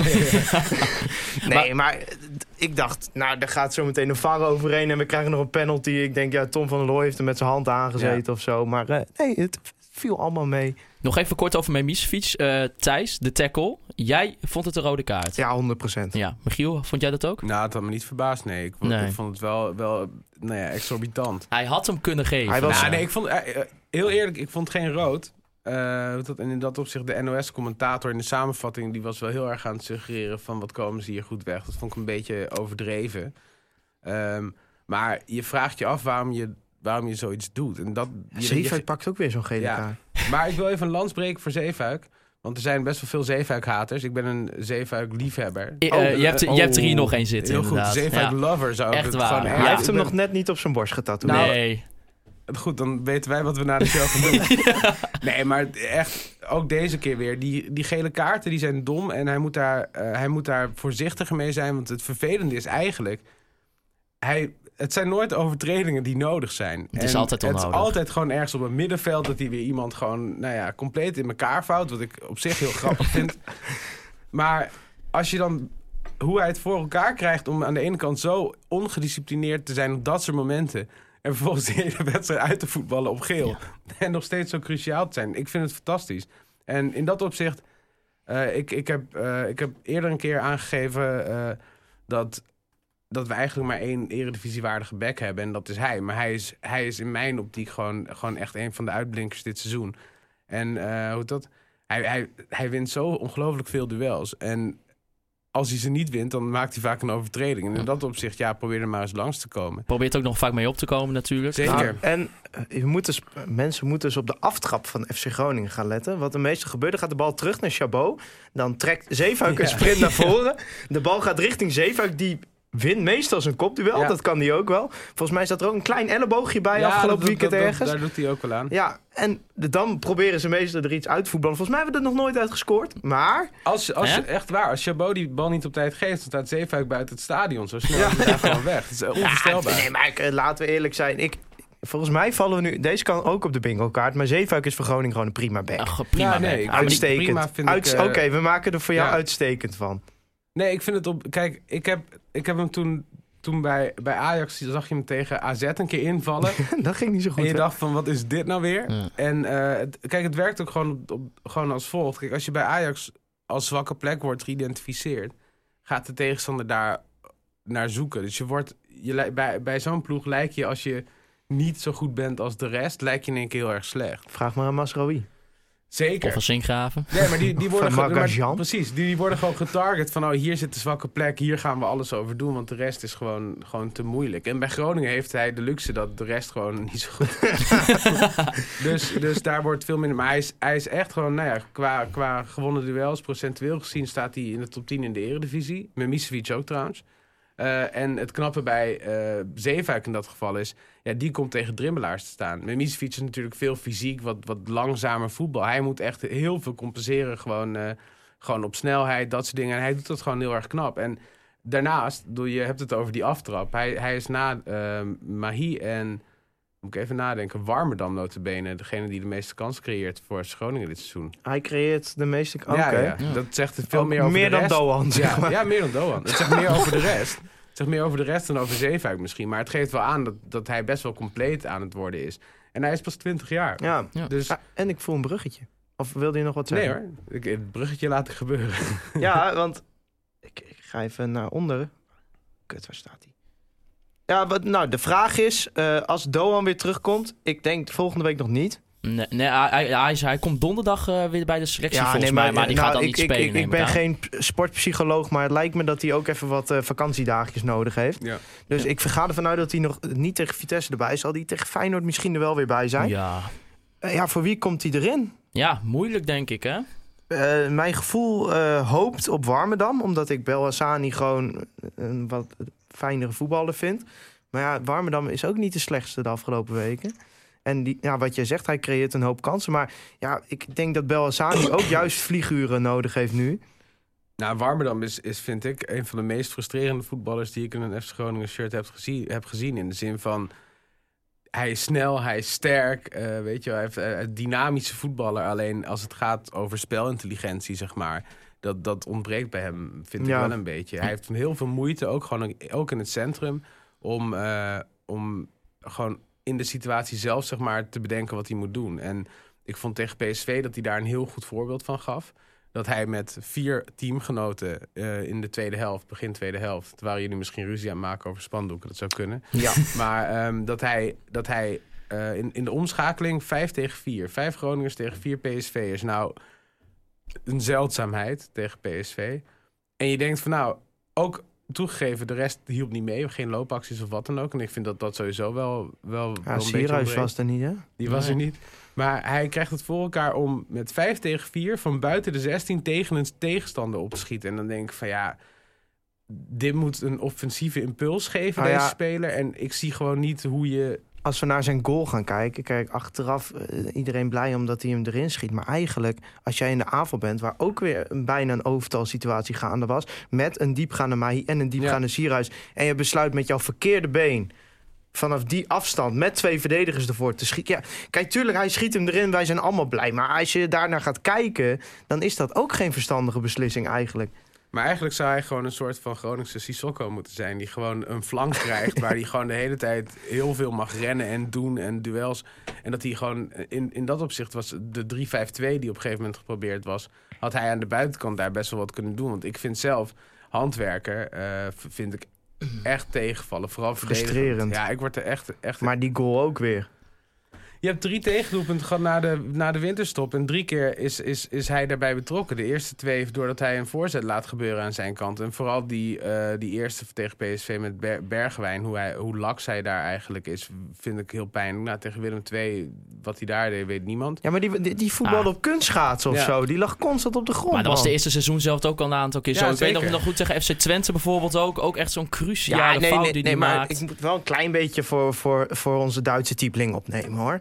Speaker 5: Nee, maar ik dacht, er gaat zo meteen een VAR overheen en we krijgen nog een penalty. Ik denk, Tom van der Looy heeft er met zijn hand aangezeten of zo. Maar nee, het viel allemaal mee.
Speaker 4: Nog even kort over Memisevic. Thijs, de tackle. Jij vond het een rode kaart?
Speaker 5: Ja, 100%.
Speaker 4: Ja, Michiel, vond jij dat ook?
Speaker 6: Nou, het had me niet verbaasst, nee. Ik vond het wel exorbitant.
Speaker 4: Hij had hem kunnen geven.
Speaker 6: Ik vond, heel eerlijk, ik vond geen rood. En in dat opzicht, de NOS-commentator in de samenvatting... die was wel heel erg aan het suggereren van... wat komen ze hier goed weg. Dat vond ik een beetje overdreven. Maar je vraagt je af waarom je zoiets doet. En
Speaker 5: Zeefuik pakt ook weer zo'n gele kaart. Maar
Speaker 6: ik wil even een lans breken voor Zeefuik. Want er zijn best wel veel Zeefuik-haters. Ik ben een Zeefuik-liefhebber.
Speaker 4: Je hebt er hier nog één zitten,
Speaker 6: heel
Speaker 4: inderdaad.
Speaker 6: Goed, Zeefuik-lover zou ik
Speaker 4: echt
Speaker 6: het
Speaker 4: waar.
Speaker 6: gewoon...
Speaker 5: Hij heeft hem nog net niet op zijn borst getatoeëerd.
Speaker 4: Nee.
Speaker 6: Goed, dan weten wij wat we na de show gaan doen. Nee, maar echt, ook deze keer weer. Die gele kaarten, die zijn dom. En hij moet daar voorzichtiger mee zijn. Want het vervelende is eigenlijk... Het zijn nooit overtredingen die nodig zijn.
Speaker 4: Het is altijd onnodig.
Speaker 6: Het is altijd gewoon ergens op het middenveld... dat hij weer iemand gewoon compleet in elkaar vouwt. Wat ik op zich heel grappig vind. Maar als je dan... hoe hij het voor elkaar krijgt om aan de ene kant zo ongedisciplineerd te zijn... op dat soort momenten... en vervolgens de hele wedstrijd uit te voetballen op geel. Ja. En nog steeds zo cruciaal te zijn. Ik vind het fantastisch. En in dat opzicht... Ik heb eerder een keer aangegeven... dat we eigenlijk maar 1 eredivisiewaardige back hebben. En dat is hij. Maar hij is in mijn optiek gewoon echt een van de uitblinkers dit seizoen. En hij wint zo ongelooflijk veel duels. En als hij ze niet wint, dan maakt hij vaak een overtreding. En in dat opzicht, probeer er maar eens langs te komen.
Speaker 4: Probeert ook nog vaak mee op te komen natuurlijk.
Speaker 6: Zeker.
Speaker 5: En mensen moeten dus op de aftrap van FC Groningen gaan letten. Wat de meeste gebeurt, dan gaat de bal terug naar Chabot. Dan trekt Zeefuik een sprint naar voren. De bal gaat richting Zeefuik, die wint meestal zijn kopduel. Ja. Dat kan hij ook wel. Volgens mij zat er ook een klein elleboogje bij afgelopen weekend ergens.
Speaker 6: Daar doet hij ook wel aan.
Speaker 5: Ja, en dan proberen ze meestal er iets uit te voetballen. Volgens mij hebben we er nog nooit uit gescoord. Maar...
Speaker 6: Echt waar, als Chabot die bal niet op tijd geeft... dan staat Zeefuik buiten het stadion. Zo snel is hij gewoon weg. Het is onvoorstelbaar.
Speaker 5: Nee, maar laten we eerlijk zijn. Volgens mij vallen we nu... Deze kan ook op de bingo-kaart. Maar Zeefuik is voor Groningen gewoon een prima back.
Speaker 4: Prima back.
Speaker 5: Uitstekend. Oké, we maken er voor jou uitstekend van.
Speaker 6: Nee, ik vind het op... Kijk, ik heb hem toen bij Ajax... zag je hem tegen AZ een keer invallen.
Speaker 5: Dat ging niet zo goed.
Speaker 6: En je dacht van, wat is dit nou weer? Ja. En het werkt ook gewoon als volgt. Kijk, als je bij Ajax als zwakke plek wordt geïdentificeerd... gaat de tegenstander daar naar zoeken. Dus bij zo'n ploeg lijk je, als je niet zo goed bent als de rest... lijk je in één keer heel erg slecht.
Speaker 5: Vraag maar aan Masraoui.
Speaker 6: Zeker.
Speaker 4: Of een Sinkgraven.
Speaker 6: Nee, maar die worden precies, die worden gewoon getarget van... hier zit de zwakke plek, hier gaan we alles over doen... want de rest is gewoon te moeilijk. En bij Groningen heeft hij de luxe dat de rest gewoon niet zo goed is. Dus daar wordt veel minder... Maar hij is echt gewoon, qua gewonnen duels... procentueel gezien staat hij in de top 10 in de Eredivisie. Memisevic ook trouwens. En het knappe bij Zeefuik in dat geval is... Ja, die komt tegen dribbelaars te staan. Mimicevic is natuurlijk veel fysiek, wat langzamer voetbal. Hij moet echt heel veel compenseren. Gewoon op snelheid, dat soort dingen. En hij doet dat gewoon heel erg knap. En daarnaast, je hebt het over die aftrap. Hij is na Mahi en... Moet ik even nadenken. Warmerdam notabene. Degene die de meeste kansen creëert voor Groningen dit seizoen.
Speaker 5: Hij creëert de meeste
Speaker 6: kansen. Ja. Dat zegt veel
Speaker 5: ook
Speaker 6: meer over
Speaker 5: meer
Speaker 6: de rest.
Speaker 5: Dan Doan, zeg maar.
Speaker 6: Ja, meer dan Doan. Het zegt meer over de rest. Het zegt meer over de rest dan over Zeefuik misschien. Maar het geeft wel aan dat hij best wel compleet aan het worden is. En hij is pas 20 jaar.
Speaker 5: Ja.
Speaker 6: Dus...
Speaker 5: en ik voel een bruggetje. Of wilde je nog wat zeggen?
Speaker 6: Nee hoor. Het bruggetje laat ik gebeuren.
Speaker 5: Ja, want... Ik ga even naar onder. Kut, waar staat hij? Ja, de vraag is, als Doan weer terugkomt... Ik denk volgende week nog niet.
Speaker 4: Nee, hij komt donderdag weer bij de selectie volgens mij. Maar die gaat dan niet spelen.
Speaker 5: Ik ben geen sportpsycholoog, maar het lijkt me dat hij ook even wat vakantiedagjes nodig heeft.
Speaker 6: Ja.
Speaker 5: Dus ik ga ervan uit dat hij nog niet tegen Vitesse erbij is. Zal hij tegen Feyenoord misschien er wel weer bij zijn?
Speaker 4: Ja.
Speaker 5: Voor wie komt hij erin?
Speaker 4: Ja, moeilijk denk ik, hè?
Speaker 5: Mijn gevoel hoopt op Warmerdam, omdat ik Belhassani gewoon een wat fijnere voetballer vind. Maar ja, Warmerdam is ook niet de slechtste de afgelopen weken. En wat jij zegt, hij creëert een hoop kansen. Maar ja, ik denk dat Belhassani ook juist vlieguren nodig heeft nu.
Speaker 6: Nou, Warmerdam is, vind ik, een van de meest frustrerende voetballers... die ik in een FC Groningen shirt heb gezien. In de zin van, hij is snel, hij is sterk. Weet je, hij heeft een dynamische voetballer. Alleen als het gaat over spelintelligentie, zeg maar... Dat ontbreekt bij hem, vind ik wel een beetje. Hij heeft heel veel moeite, ook in het centrum... om gewoon in de situatie zelf, zeg maar, te bedenken wat hij moet doen. En ik vond tegen PSV dat hij daar een heel goed voorbeeld van gaf. Dat hij met 4 teamgenoten in de tweede helft, begin tweede helft... waar jullie misschien ruzie aan maken over spandoeken, dat zou kunnen. Ja. Maar dat hij in de omschakeling 5 tegen 4... 5 Groningers tegen 4 PSV'ers. Nou, een zeldzaamheid tegen PSV. En je denkt van nou, ook... Toegegeven, de rest hielp niet mee. Geen loopacties of wat dan ook. En ik vind dat sowieso wel een beetje...
Speaker 5: Sierhuis was er niet, hè?
Speaker 6: Die was er niet. Maar hij krijgt het voor elkaar om met 5 tegen 4... van buiten de 16 tegen een tegenstander op te schieten. En dan denk ik van ja... dit moet een offensieve impuls geven, deze speler. En ik zie gewoon niet hoe je...
Speaker 5: Als we naar zijn goal gaan kijken... Kijk, achteraf iedereen blij omdat hij hem erin schiet. Maar eigenlijk, als jij in de aanval bent... waar ook weer bijna een overtalsituatie gaande was... met een diepgaande Mahi en een diepgaande Sierhuis... en je besluit met jouw verkeerde been... vanaf die afstand met 2 verdedigers ervoor te schieten. Ja, kijk, tuurlijk, hij schiet hem erin. Wij zijn allemaal blij. Maar als je daarnaar gaat kijken... dan is dat ook geen verstandige beslissing eigenlijk.
Speaker 6: Maar eigenlijk zou hij gewoon een soort van Groningse Sissoko moeten zijn... die gewoon een flank krijgt... waar hij gewoon de hele tijd heel veel mag rennen en doen en duels. En dat hij gewoon... In dat opzicht was de 3-5-2 die op een gegeven moment geprobeerd was... had hij aan de buitenkant daar best wel wat kunnen doen. Want ik vind zelf, handwerker, vind ik echt tegenvallen. Vooral
Speaker 5: frustrerend.
Speaker 6: Ja, ik word er echt...
Speaker 5: Maar die goal ook weer.
Speaker 6: Je hebt 3 tegendoelpunten gehad na de winterstop. En 3 keer is hij daarbij betrokken. De eerste 2 doordat hij een voorzet laat gebeuren aan zijn kant. En vooral die eerste tegen PSV met Bergwijn. Hoe laks hij daar eigenlijk is, vind ik heel pijnlijk. Nou, tegen Willem II, wat hij daar deed, weet niemand.
Speaker 5: Ja, maar die voetbal op kunstschaatsen of zo. Die lag constant op de grond.
Speaker 4: Maar dat was de eerste seizoen zelf ook al een aantal keer zo. Ik weet nog goed tegen FC Twente bijvoorbeeld ook. Ook echt zo'n cruciale fout die hij maakt.
Speaker 5: Ik moet wel een klein beetje voor onze Duitse typeling opnemen, hoor.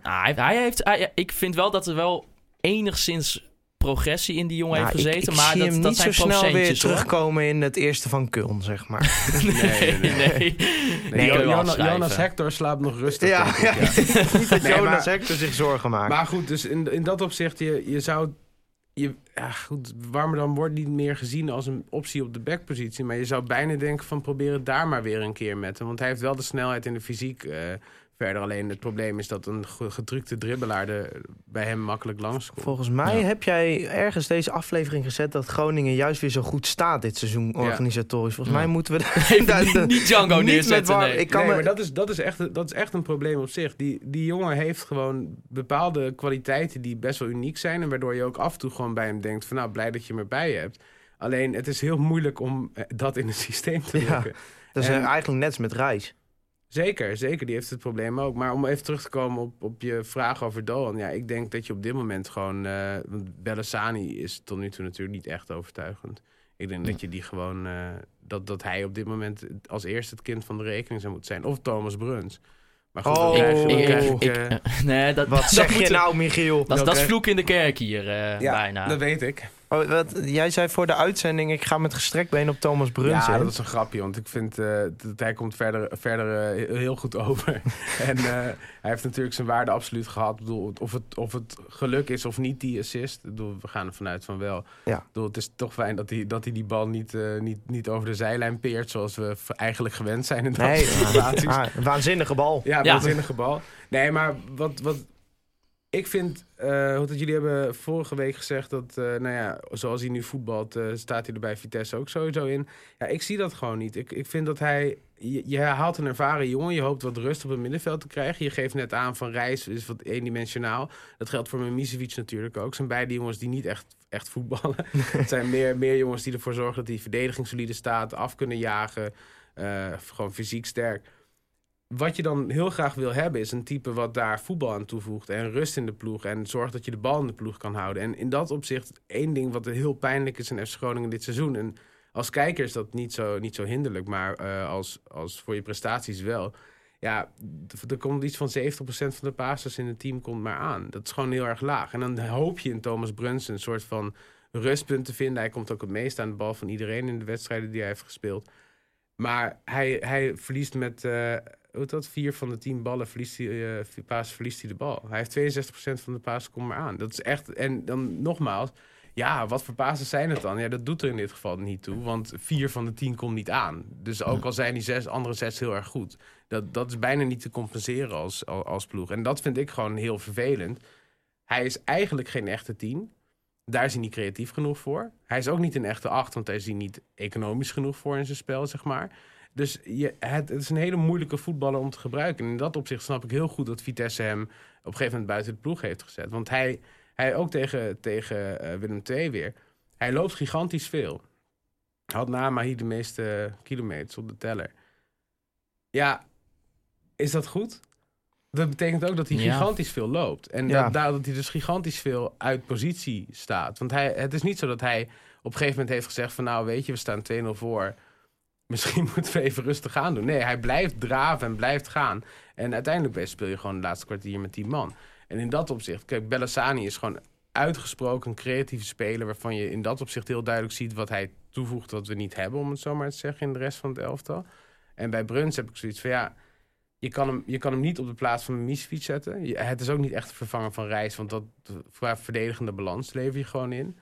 Speaker 4: Ik vind wel dat er wel enigszins progressie in die jongen heeft gezeten.
Speaker 5: Ik
Speaker 4: maar
Speaker 5: zie hem niet zo snel weer terugkomen in het eerste van Köln, zeg maar.
Speaker 6: Nee. Jonas Hector slaapt nog rustig.
Speaker 5: Ja. Niet dat Jonas Hector zich zorgen maakt.
Speaker 6: Maar goed, dus in dat opzicht, je zou... Warmerdam wordt niet meer gezien als een optie op de backpositie. Maar je zou bijna denken van proberen daar maar weer een keer met hem. Want hij heeft wel de snelheid en de fysiek... Verder alleen het probleem is dat een gedrukte dribbelaar bij hem makkelijk langs komt.
Speaker 5: Volgens mij heb jij ergens deze aflevering gezet dat Groningen juist weer zo goed staat dit seizoen organisatorisch. Volgens mij moeten we
Speaker 4: niet Django neerzetten.
Speaker 6: Maar dat is echt een probleem op zich. Die jongen heeft gewoon bepaalde kwaliteiten die best wel uniek zijn en waardoor je ook af en toe gewoon bij hem denkt van nou, blij dat je hem erbij hebt. Alleen het is heel moeilijk om dat in het systeem te drukken.
Speaker 5: Dat is eigenlijk net als met Reis.
Speaker 6: Zeker, die heeft het probleem ook. Maar om even terug te komen op je vraag over Doan. Ja, ik denk dat je op dit moment gewoon... Belhassani is tot nu toe natuurlijk niet echt overtuigend. Ik denk dat je die gewoon... dat hij op dit moment als eerste het kind van de rekening zou moeten zijn. Of Thomas Bruns. Maar goed,
Speaker 5: Wat zeg je nou, Michiel?
Speaker 4: Dat is vloek in de kerk hier, bijna.
Speaker 6: Dat weet ik.
Speaker 5: Jij zei voor de uitzending, ik ga met gestrekt been op Thomas Bruns.
Speaker 6: Ja, dat is een grapje, want ik vind dat hij komt verder heel goed over. En hij heeft natuurlijk zijn waarde absoluut gehad. Ik bedoel, of het geluk is of niet, die assist. Ik bedoel, we gaan er vanuit van wel. Ja. Ik bedoel, het is toch fijn dat hij die bal niet over de zijlijn peert, zoals we eigenlijk gewend zijn in dat soort situaties.
Speaker 5: Waanzinnige bal.
Speaker 6: Ja, waanzinnige bal. Nee, maar wat ik vind, jullie hebben vorige week gezegd dat, zoals hij nu voetbalt, staat hij er bij Vitesse ook sowieso in. Ja, ik zie dat gewoon niet. Ik vind dat je haalt een ervaren jongen, je hoopt wat rust op het middenveld te krijgen. Je geeft net aan van Reis is wat eendimensionaal. Dat geldt voor Mimicevic natuurlijk ook. Het zijn beide jongens die niet echt voetballen. Het zijn meer jongens die ervoor zorgen dat die verdediging solide staat, af kunnen jagen, gewoon fysiek sterk. Wat je dan heel graag wil hebben is een type wat daar voetbal aan toevoegt en rust in de ploeg en zorgt dat je de bal in de ploeg kan houden. En in dat opzicht één ding wat heel pijnlijk is in FC Groningen dit seizoen. En als kijker is dat niet zo hinderlijk, maar als voor je prestaties wel. Ja, er komt iets van 70% van de passes in het team komt maar aan. Dat is gewoon heel erg laag. En dan hoop je in Thomas Bruns een soort van rustpunt te vinden. Hij komt ook het meest aan de bal van iedereen in de wedstrijden die hij heeft gespeeld. Maar hij verliest met 4 van de 10 ballen verliest hij de bal. Hij heeft 62% van de passen komt maar aan. Dat is echt. En dan nogmaals, ja, wat voor passes zijn het dan? Ja, dat doet er in dit geval niet toe, want 4 van de 10 komt niet aan. Dus ook al zijn die andere 6 heel erg goed, dat is bijna niet te compenseren als ploeg. En dat vind ik gewoon heel vervelend. Hij is eigenlijk geen echte 10. Daar is hij niet creatief genoeg voor. Hij is ook niet een echte 8, want daar is hij niet economisch genoeg voor in zijn spel, zeg maar. Dus het is een hele moeilijke voetballer om te gebruiken. En in dat opzicht snap ik heel goed dat Vitesse hem op een gegeven moment buiten de ploeg heeft gezet. Want hij ook tegen Willem II weer. Hij loopt gigantisch veel. Hij had na Mahi de meeste kilometers op de teller. Ja, is dat goed? Dat betekent ook dat hij gigantisch veel loopt. En dat hij dus gigantisch veel uit positie staat. Want het is niet zo dat hij op een gegeven moment heeft gezegd van nou weet je, we staan 2-0 voor. Misschien moeten we even rustig aan doen. Nee, hij blijft draven en blijft gaan. En uiteindelijk speel je gewoon de laatste kwartier met 10 man. En in dat opzicht, kijk, Bellassani is gewoon uitgesproken een creatieve speler waarvan je in dat opzicht heel duidelijk ziet wat hij toevoegt wat we niet hebben, om het zo maar te zeggen, in de rest van het elftal. En bij Bruns heb ik zoiets van je kan hem niet op de plaats van Mimicevic zetten. Het is ook niet echt een vervanger van Reis, want dat qua verdedigende balans lever je gewoon in.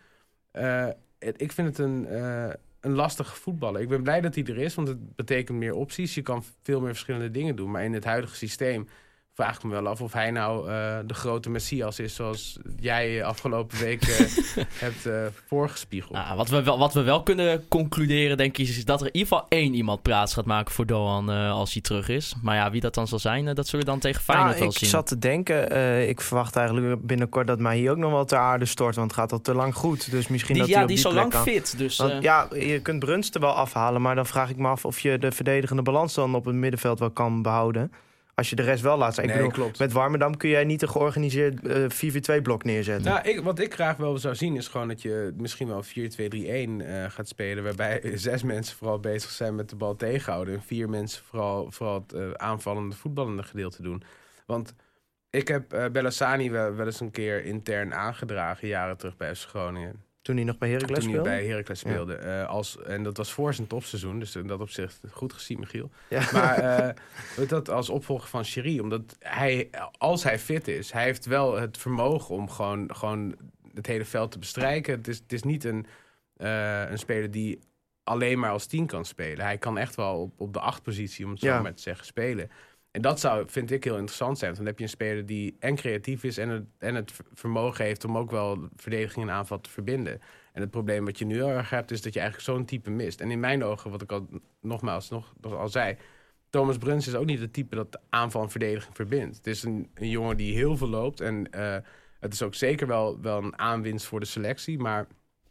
Speaker 6: Ik vind het een lastige voetballer. Ik ben blij dat hij er is, want het betekent meer opties. Je kan veel meer verschillende dingen doen. Maar in het huidige systeem vraag ik me wel af of hij nou de grote Messias is, zoals jij afgelopen week hebt voorgespiegeld.
Speaker 4: Nou, wat we wel kunnen concluderen, denk ik, is dat er in ieder geval 1 iemand plaats gaat maken voor Doan als hij terug is. Maar ja, wie dat dan zal zijn, dat zullen we dan tegen Feyenoord wel zien.
Speaker 5: Ik zat te denken, ik verwacht eigenlijk binnenkort dat Mahi ook nog wel ter aarde stort, want het gaat al te lang goed. Dus misschien die is
Speaker 4: zo lang fit. Dus,
Speaker 5: want, je kunt Bruns er wel afhalen, maar dan vraag ik me af of je de verdedigende balans dan op het middenveld wel kan behouden. Als je de rest wel laat zijn.
Speaker 6: Klopt.
Speaker 5: Met Warmerdam kun jij niet een georganiseerd 4-4-2-blok neerzetten.
Speaker 6: Nou, wat ik graag wel zou zien is gewoon dat je misschien wel 4-2-3-1 gaat spelen. Waarbij 6 mensen vooral bezig zijn met de bal tegenhouden. En 4 mensen vooral het aanvallende, voetballende gedeelte doen. Want ik heb Bellassani wel eens een keer intern aangedragen, jaren terug bij FC Groningen.
Speaker 5: Toen hij nog bij Heracles speelde?
Speaker 6: Toen hij bij Heracles speelde. En dat was voor zijn topseizoen. Dus in dat opzicht goed gezien, Michiel.
Speaker 5: Ja.
Speaker 6: Maar dat als opvolger van Chiri. Omdat als hij fit is, hij heeft wel het vermogen om gewoon het hele veld te bestrijken. Het is niet een speler die alleen maar als 10 kan spelen. Hij kan echt wel op de 8-positie, om het zo maar te zeggen, spelen. En dat vind ik heel interessant zijn. Want dan heb je een speler die en creatief is en het vermogen heeft om ook wel verdediging en aanval te verbinden. En het probleem wat je nu erg hebt, is dat je eigenlijk zo'n type mist. En in mijn ogen, wat ik al zei, Thomas Bruns is ook niet het type dat de aanval en verdediging verbindt. Het is een jongen die heel veel loopt. En het is ook zeker wel een aanwinst voor de selectie. Maar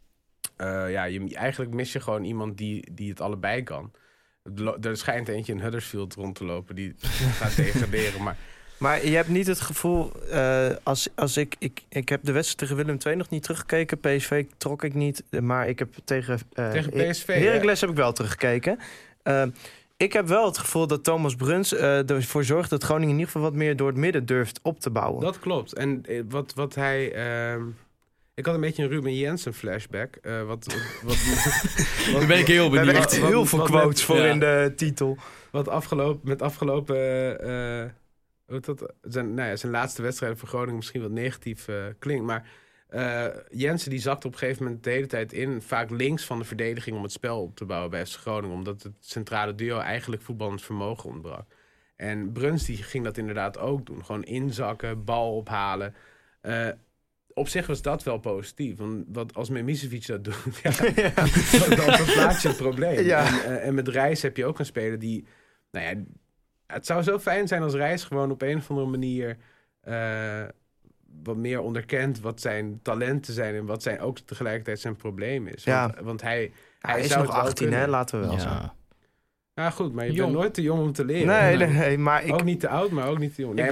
Speaker 6: eigenlijk mis je gewoon iemand die het allebei kan. Er schijnt eentje in Huddersfield rond te lopen die gaat degraderen. Maar
Speaker 5: Maar je hebt niet het gevoel, als ik heb de wedstrijd tegen Willem II nog niet teruggekeken. PSV trok ik niet, maar ik heb tegen
Speaker 6: PSV,
Speaker 5: Heracles heb ik wel teruggekeken. Ik heb wel het gevoel dat Thomas Bruns ervoor zorgt dat Groningen in ieder geval wat meer door het midden durft op te bouwen.
Speaker 6: Dat klopt. En wat hij... ik had een beetje een Ruben Jensen flashback.
Speaker 4: Nu ben ik heel
Speaker 5: We hebben
Speaker 4: benieuwd.
Speaker 5: echt heel veel quotes voor in de titel.
Speaker 6: Wat afgelopen zijn laatste wedstrijd voor Groningen misschien wat negatief klinkt. Maar Jensen die zakte op een gegeven moment de hele tijd in. Vaak links van de verdediging om het spel op te bouwen bij FC Groningen. Omdat het centrale duo eigenlijk voetballend vermogen ontbrak. En Bruns die ging dat inderdaad ook doen. Gewoon inzakken, bal ophalen. Op zich was dat wel positief. Want als Memisevic dat doet, dan verplaats je het probleem.
Speaker 5: Ja.
Speaker 6: En met Reis heb je ook een speler die... Nou ja, het zou zo fijn zijn als Reis gewoon op een of andere manier... wat meer onderkent wat zijn talenten zijn... en wat zijn ook tegelijkertijd zijn probleem is. Want hij
Speaker 5: is
Speaker 6: zou
Speaker 5: nog
Speaker 6: het wel
Speaker 5: 18,
Speaker 6: kunnen.
Speaker 5: hè? Laten we wel zeggen.
Speaker 6: Ja, goed, maar je
Speaker 4: Jong.
Speaker 6: bent nooit te jong om te leren.
Speaker 5: Nee, maar
Speaker 6: Ook niet te oud, maar ook niet te jong.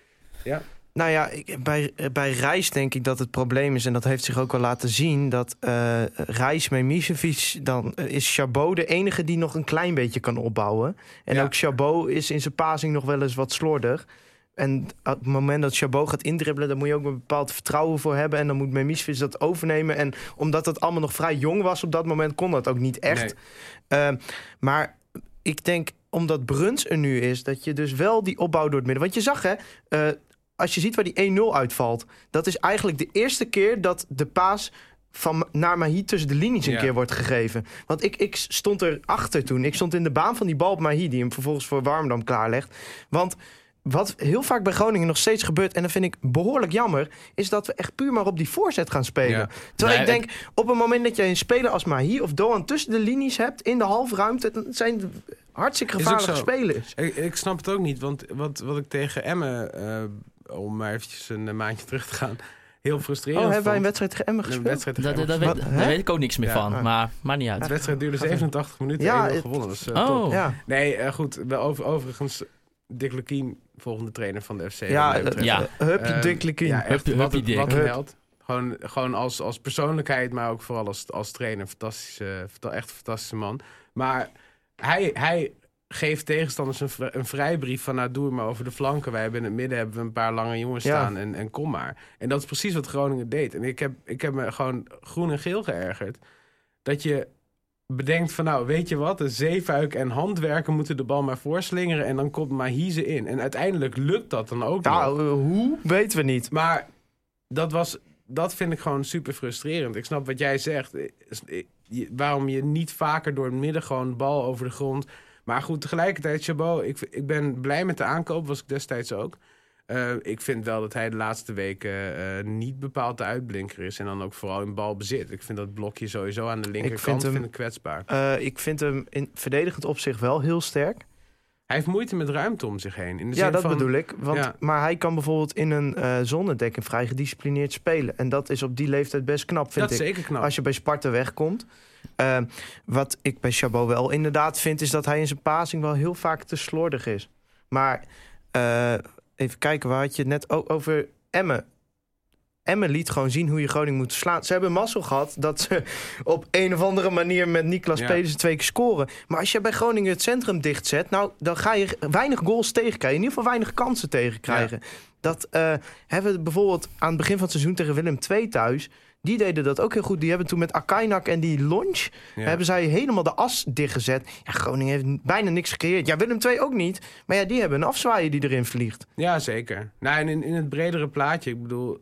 Speaker 5: Nou ja, bij Reis denk ik dat het probleem is... en dat heeft zich ook wel laten zien... dat Reis met Misevic... dan is Chabot de enige die nog een klein beetje kan opbouwen. En ook Chabot is in zijn passing nog wel eens wat slordig. En op het moment dat Chabot gaat indribbelen... dan moet je ook een bepaald vertrouwen voor hebben... en dan moet Misevic dat overnemen. En omdat het allemaal nog vrij jong was op dat moment... kon dat ook niet echt. Nee. Maar ik denk, omdat Bruns er nu is... dat je dus wel die opbouw door het midden... want je zag, hè... als je ziet waar die 1-0 uitvalt... dat is eigenlijk de eerste keer dat de paas naar Mahi tussen de linies een keer wordt gegeven. Want ik stond erachter toen. Ik stond in de baan van die bal op Mahi... die hem vervolgens voor Warmerdam klaarlegt. Want wat heel vaak bij Groningen nog steeds gebeurt... en dat vind ik behoorlijk jammer... is dat we echt puur maar op die voorzet gaan spelen. Ja. Terwijl ik denk, op het moment dat je een speler als Mahi of Doan... tussen de linies hebt, in de halfruimte... dat zijn hartstikke gevaarlijke spelers.
Speaker 6: Ik snap het ook niet, want wat ik tegen Emmen... om maar eventjes een maandje terug te gaan... heel frustrerend
Speaker 5: hebben wij een wedstrijd tegen Emmen gespeeld?
Speaker 4: Daar weet ik ook niks meer van, maar niet uit.
Speaker 6: De wedstrijd duurde 87 minuten, 1-0 gewonnen. Dus, top.
Speaker 5: Ja.
Speaker 6: Nee, goed. Overigens, Dick Lukien, volgende trainer van de FC.
Speaker 5: Hupje Dick Lukien.
Speaker 6: Ja, echt, wat een held. Gewoon als persoonlijkheid, maar ook vooral als trainer. Echt een fantastische man. Maar hij geeft tegenstanders een vrijbrief van... nou, doe het maar over de flanken. Wij hebben in het midden een paar lange jongens staan en kom maar. En dat is precies wat Groningen deed. En ik heb me gewoon groen en geel geërgerd. Dat je bedenkt van, nou, weet je wat? De Zeefuik en Handwerken moeten de bal maar voorslingeren... en dan komt Mahize in. En uiteindelijk lukt dat dan ook nog.
Speaker 5: Hoe? Weten we niet.
Speaker 6: Maar dat vind ik gewoon super frustrerend. Ik snap wat jij zegt. Waarom je niet vaker door het midden gewoon de bal over de grond... Maar goed, tegelijkertijd, Chabot, ik ben blij met de aankoop, was ik destijds ook. Ik vind wel dat hij de laatste weken niet bepaald de uitblinker is. En dan ook vooral in balbezit. Ik vind dat blokje sowieso aan de linkerkant vind ik kwetsbaar.
Speaker 5: Ik vind hem in verdedigend opzicht wel heel sterk.
Speaker 6: Hij heeft moeite met ruimte om zich heen. In de
Speaker 5: ja,
Speaker 6: zin
Speaker 5: dat
Speaker 6: van,
Speaker 5: bedoel ik. Maar hij kan bijvoorbeeld in een zonnedekking vrij gedisciplineerd spelen. En dat is op die leeftijd best knap, vind ik.
Speaker 6: Dat is zeker knap.
Speaker 5: Als je bij Sparta wegkomt. Wat ik bij Chabot wel inderdaad vind... is dat hij in zijn passing wel heel vaak te slordig is. Maar even kijken, waar had je het net ook over Emmen. Emmen liet gewoon zien hoe je Groningen moet slaan. Ze hebben mazzel gehad dat ze op een of andere manier... met Niklas Pedersen 2 keer scoren. Maar als je bij Groningen het centrum dichtzet... nou, dan ga je weinig goals tegenkrijgen. In ieder geval weinig kansen tegenkrijgen. Ja. Dat hebben we bijvoorbeeld aan het begin van het seizoen... tegen Willem II thuis... Die deden dat ook heel goed. Die hebben toen met Akainak en die Lonch... hebben zij helemaal de as dichtgezet. Ja, Groningen heeft bijna niks gecreëerd. Ja, Willem II ook niet. Maar ja, die hebben een afzwaaier die erin vliegt.
Speaker 6: Ja, zeker. Nou, en in het bredere plaatje... Ik bedoel,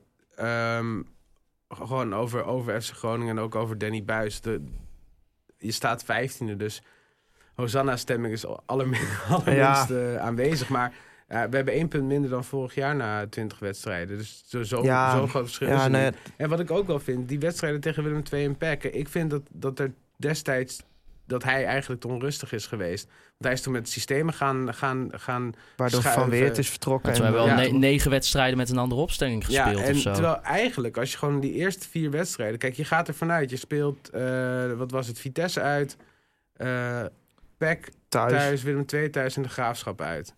Speaker 6: gewoon over FC Groningen... en ook over Danny Buijs. Je staat 15e, dus... Hosanna-stemming is allerminst aanwezig. Maar... we hebben 1 punt minder dan vorig jaar na 20 wedstrijden. Dus zo groot verschil is er niet. En wat ik ook wel vind, die wedstrijden tegen Willem II en PEC... ik vind dat er destijds... dat hij eigenlijk te onrustig is geweest. Want hij is toen met systemen gaan
Speaker 5: waardoor
Speaker 6: schuiven.
Speaker 5: Van Weert is vertrokken.
Speaker 4: We hebben wel 9 wedstrijden met een andere opstelling gespeeld.
Speaker 6: En
Speaker 4: of zo.
Speaker 6: Terwijl eigenlijk, als je gewoon die eerste 4 wedstrijden... Kijk, je gaat er vanuit. Je speelt, Vitesse uit... PEC thuis, Willem II thuis en de Graafschap uit.
Speaker 5: Ja.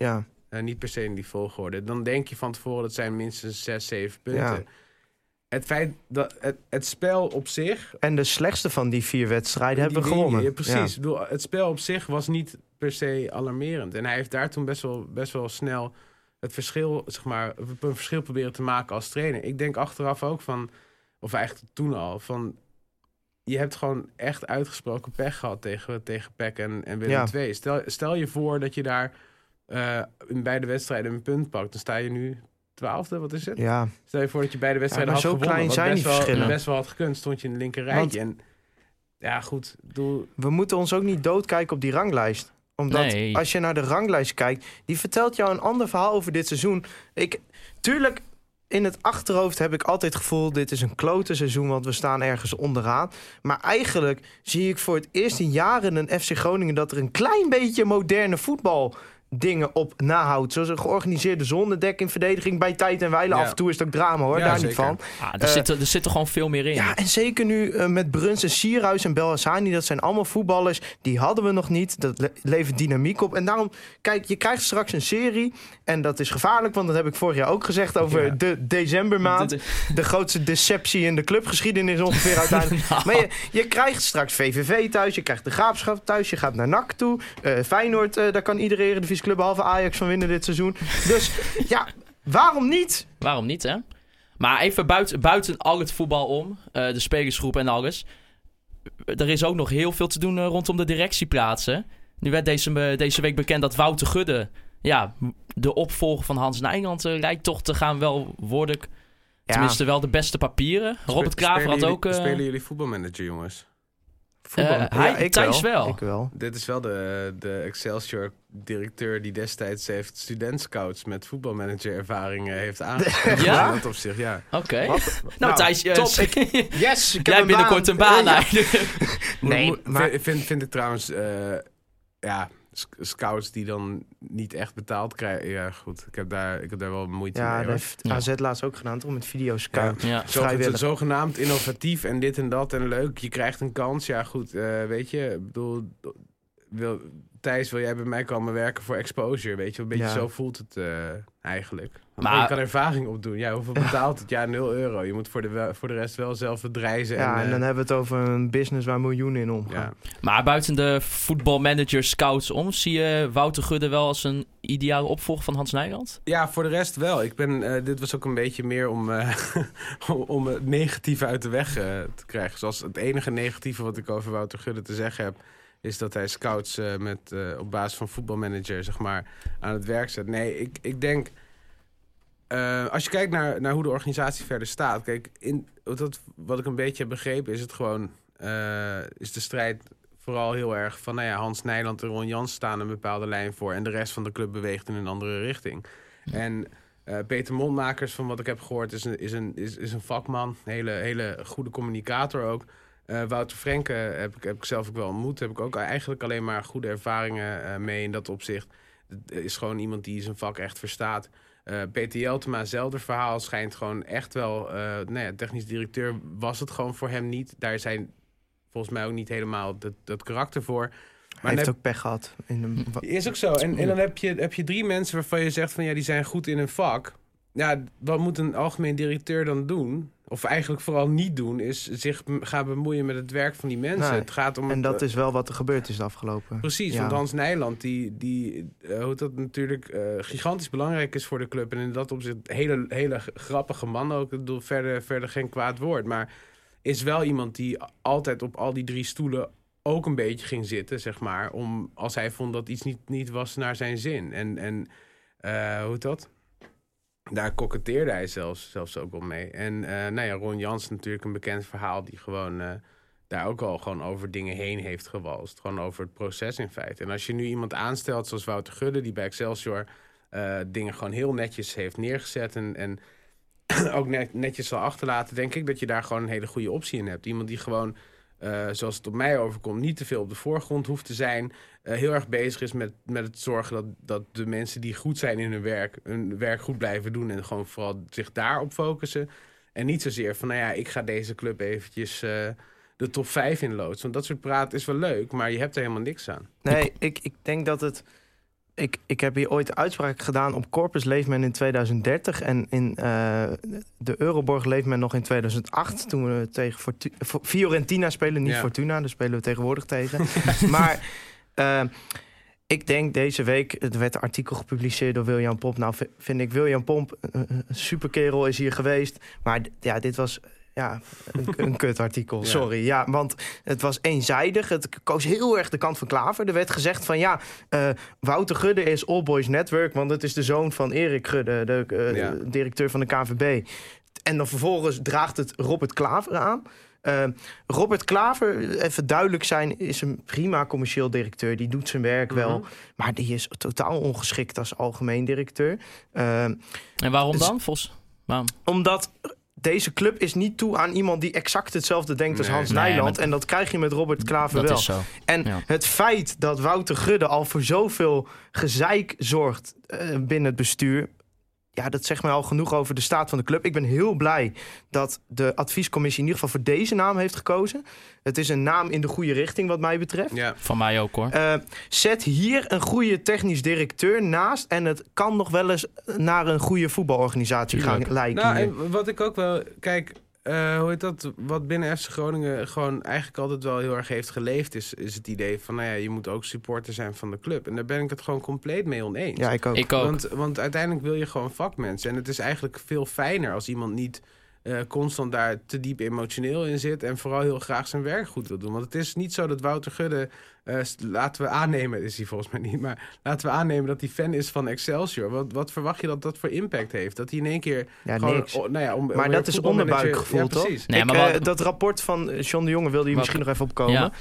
Speaker 6: Niet per se in die volgorde. Dan denk je van tevoren dat zijn minstens 6, 7 punten.
Speaker 5: Ja.
Speaker 6: Het feit dat het spel op zich...
Speaker 5: En de slechtste van die 4 wedstrijden hebben we
Speaker 6: die
Speaker 5: gewonnen.
Speaker 6: Ja, precies. Ik bedoel, het spel op zich was niet per se alarmerend. En hij heeft daar toen best wel snel het verschil, zeg maar, een verschil proberen te maken als trainer. Ik denk achteraf ook van, of eigenlijk toen al, van je hebt gewoon echt uitgesproken pech gehad tegen PEC en Willem II. Stel je voor dat je daar in beide wedstrijden een punt pakt. Dan sta je nu 12e, wat is het?
Speaker 5: Ja.
Speaker 6: Stel je voor dat je beide wedstrijden had
Speaker 5: zo
Speaker 6: gewonnen.
Speaker 5: klein
Speaker 6: Wat
Speaker 5: zijn die verschillen.
Speaker 6: best wel had gekund, stond je in de linker rijtje. En ja, goed.
Speaker 5: We moeten ons ook niet doodkijken op die ranglijst. Omdat als je naar de ranglijst kijkt, die vertelt jou een ander verhaal over dit seizoen. Tuurlijk, in het achterhoofd heb ik altijd het gevoel, dit is een klote seizoen, want we staan ergens onderaan. Maar eigenlijk zie ik voor het eerst in jaren een FC Groningen dat er een klein beetje moderne voetbal dingen op nahoudt. Zoals een georganiseerde zonnedek in verdediging bij tijd en wijle. Af en toe is het ook drama, hoor. Daar zeker. Niet van.
Speaker 4: Er zit er gewoon veel meer in.
Speaker 5: Ja, en zeker nu met Bruns en Sierhuis en Belhassani. Dat zijn allemaal voetballers. Die hadden we nog niet. Dat levert dynamiek op. En daarom, kijk, je krijgt straks een serie. En dat is gevaarlijk, want dat heb ik vorig jaar ook gezegd over de decembermaand. De grootste deceptie in de clubgeschiedenis ongeveer uiteindelijk. Maar je krijgt straks VVV thuis. Je krijgt de Graafschap thuis. Je gaat naar NAC toe. Feyenoord, daar kan iedere Eredivisie club behalve Ajax van winnen dit seizoen. Dus ja, waarom niet?
Speaker 4: Waarom niet, hè? Maar even buiten al het voetbal om, de spelersgroep en alles. Er is ook nog heel veel te doen rondom de directieplaatsen. Nu werd deze week bekend dat Wouter Gudde, de opvolger van Hans Nijland, lijkt toch te gaan wel worden. Tenminste wel de beste papieren. Robert Kraver had ook...
Speaker 6: Spelen jullie voetbalmanager, jongens?
Speaker 4: Thijs wel.
Speaker 5: Ik wel.
Speaker 6: Dit is wel de Excelsior-directeur die destijds heeft studentscouts met voetbalmanager-ervaringen heeft aangekomen.
Speaker 4: Ja?
Speaker 6: Dat op zich, ja.
Speaker 4: Oké. Nou, Thijs,
Speaker 5: top. Yes, ik heb
Speaker 4: jij binnenkort een baan.
Speaker 5: Nee, maar...
Speaker 6: Vind ik trouwens... scouts die dan niet echt betaald krijgen. Ja, goed. Ik heb daar wel moeite mee.
Speaker 5: Ja, dat heeft AZ laatst ook gedaan, toch? Met videoscout.
Speaker 4: Ja.
Speaker 6: Zogenaamd innovatief en dit en dat en leuk. Je krijgt een kans. Ja, goed. Weet je, ik bedoel... Thijs, wil jij bij mij komen werken voor exposure? Weet je, een beetje zo voelt het eigenlijk. Maar je kan ervaring opdoen. Ja, hoeveel betaalt het? Ja, €0. Je moet voor de rest wel zelf het reizen.
Speaker 5: Ja, en dan hebben we het over een business waar miljoenen in omgaan.
Speaker 6: Ja.
Speaker 4: Maar buiten de voetbalmanager scouts om, zie je Wouter Gudde wel als een ideale opvolger van Hans Nijland?
Speaker 6: Ja, voor de rest wel. Dit was ook een beetje meer om het negatieve uit de weg te krijgen. Zoals het enige negatieve wat ik over Wouter Gudde te zeggen heb, is dat hij scouts op basis van voetbalmanager, zeg maar, aan het werk zet. Nee, ik denk... als je kijkt naar hoe de organisatie verder staat... Kijk, wat ik een beetje heb begrepen, is het gewoon... is de strijd vooral heel erg van... Hans Nijland en Ron Jans staan een bepaalde lijn voor... en de rest van de club beweegt in een andere richting. En Peter Mondmakers, van wat ik heb gehoord, is een vakman. Hele goede communicator ook... Wouter Frenke heb ik zelf ook wel ontmoet. Heb ik ook eigenlijk alleen maar goede ervaringen mee in dat opzicht. Het is gewoon iemand die zijn vak echt verstaat. Peter Jeltema, zelfde verhaal, schijnt gewoon echt wel... technisch directeur was het gewoon voor hem niet. Daar zijn volgens mij ook niet helemaal dat karakter voor. Maar
Speaker 5: hij heeft ook pech gehad.
Speaker 6: Is ook zo. En dan heb je 3 mensen waarvan je zegt van... die zijn goed in hun vak. Ja, wat moet een algemeen directeur dan doen? Of eigenlijk vooral niet doen, is zich gaan bemoeien met het werk van die mensen.
Speaker 5: Nee.
Speaker 6: Het gaat om
Speaker 5: en dat is wel wat er gebeurd is de afgelopen.
Speaker 6: Precies, want Hans Nijland, die dat natuurlijk gigantisch belangrijk is voor de club. En in dat opzicht hele grappige man ook. Ik bedoel, verder geen kwaad woord. Maar is wel iemand die altijd op al die 3 stoelen ook een beetje ging zitten, zeg maar. Als hij vond dat iets niet was naar zijn zin. En hoe heet dat? Daar koketteerde hij zelfs ook wel mee. En Ron Jans natuurlijk een bekend verhaal... die gewoon daar ook al gewoon over dingen heen heeft gewalst. Gewoon over het proces in feite. En als je nu iemand aanstelt zoals Wouter Gudde... die bij Excelsior dingen gewoon heel netjes heeft neergezet... en ook netjes zal achterlaten... denk ik dat je daar gewoon een hele goede optie in hebt. Iemand die gewoon... zoals het op mij overkomt, niet te veel op de voorgrond hoeft te zijn. Heel erg bezig is met het zorgen dat de mensen die goed zijn in hun werk goed blijven doen. En gewoon vooral zich daarop focussen. En niet zozeer van, ik ga deze club eventjes de top 5 inloodsen. Want dat soort praat is wel leuk, maar je hebt er helemaal niks aan.
Speaker 5: Nee, ik denk dat het Ik heb hier ooit uitspraak gedaan. Op Corpus leeft men in 2030. En in de Euroborg leeft men nog in 2008. Toen we tegen Fiorentina spelen. Niet Fortuna, daar spelen we tegenwoordig tegen. Maar ik denk deze week... Er werd een artikel gepubliceerd door William Pomp. Nou vind ik William Pomp een superkerel, is hier geweest. Maar ja, dit was... Ja, een kutartikel, sorry. Ja, want het was eenzijdig. Het koos heel erg de kant van Klaver. Er werd gezegd van Wouter Gudde is All Boys Network... want het is de zoon van Erik Gudde, de directeur van de KNVB. En dan vervolgens draagt het Robert Klaver aan. Robert Klaver, even duidelijk zijn, is een prima commercieel directeur. Die doet zijn werk wel. Maar die is totaal ongeschikt als algemeen directeur.
Speaker 4: En waarom dan, Vos? Waarom?
Speaker 5: Omdat... Deze club is niet toe aan iemand die exact hetzelfde denkt als Hans Nijland. En dat krijg je met Robert Klaver wel.
Speaker 4: Is zo.
Speaker 5: En het feit dat Wouter Gudde al voor zoveel gezeik zorgt binnen het bestuur... Ja, dat zegt mij al genoeg over de staat van de club. Ik ben heel blij dat de adviescommissie in ieder geval voor deze naam heeft gekozen. Het is een naam in de goede richting wat mij betreft.
Speaker 4: Ja. Van mij ook hoor.
Speaker 5: Zet hier een goede technisch directeur naast... en het kan nog wel eens naar een goede voetbalorganisatie gaan lijken.
Speaker 6: Nou, en wat ik ook wel... Kijk, hoe heet dat? Wat binnen FC Groningen gewoon eigenlijk altijd wel heel erg heeft geleefd... is het idee van, je moet ook supporter zijn van de club. En daar ben ik het gewoon compleet mee oneens.
Speaker 5: Ja, ik ook.
Speaker 6: Want uiteindelijk wil je gewoon vakmensen. En het is eigenlijk veel fijner als iemand niet... constant daar te diep emotioneel in zit... en vooral heel graag zijn werk goed wil doen. Want het is niet zo dat Wouter Gudde... laten we aannemen, is hij volgens mij niet... maar laten we aannemen dat hij fan is van Excelsior. Wat verwacht je dat dat voor impact heeft? Dat hij in één keer...
Speaker 5: niks. Maar dat is onderbuikgevoel, toch? Nee, dat rapport van John de Jonge wilde je misschien nog even opkomen.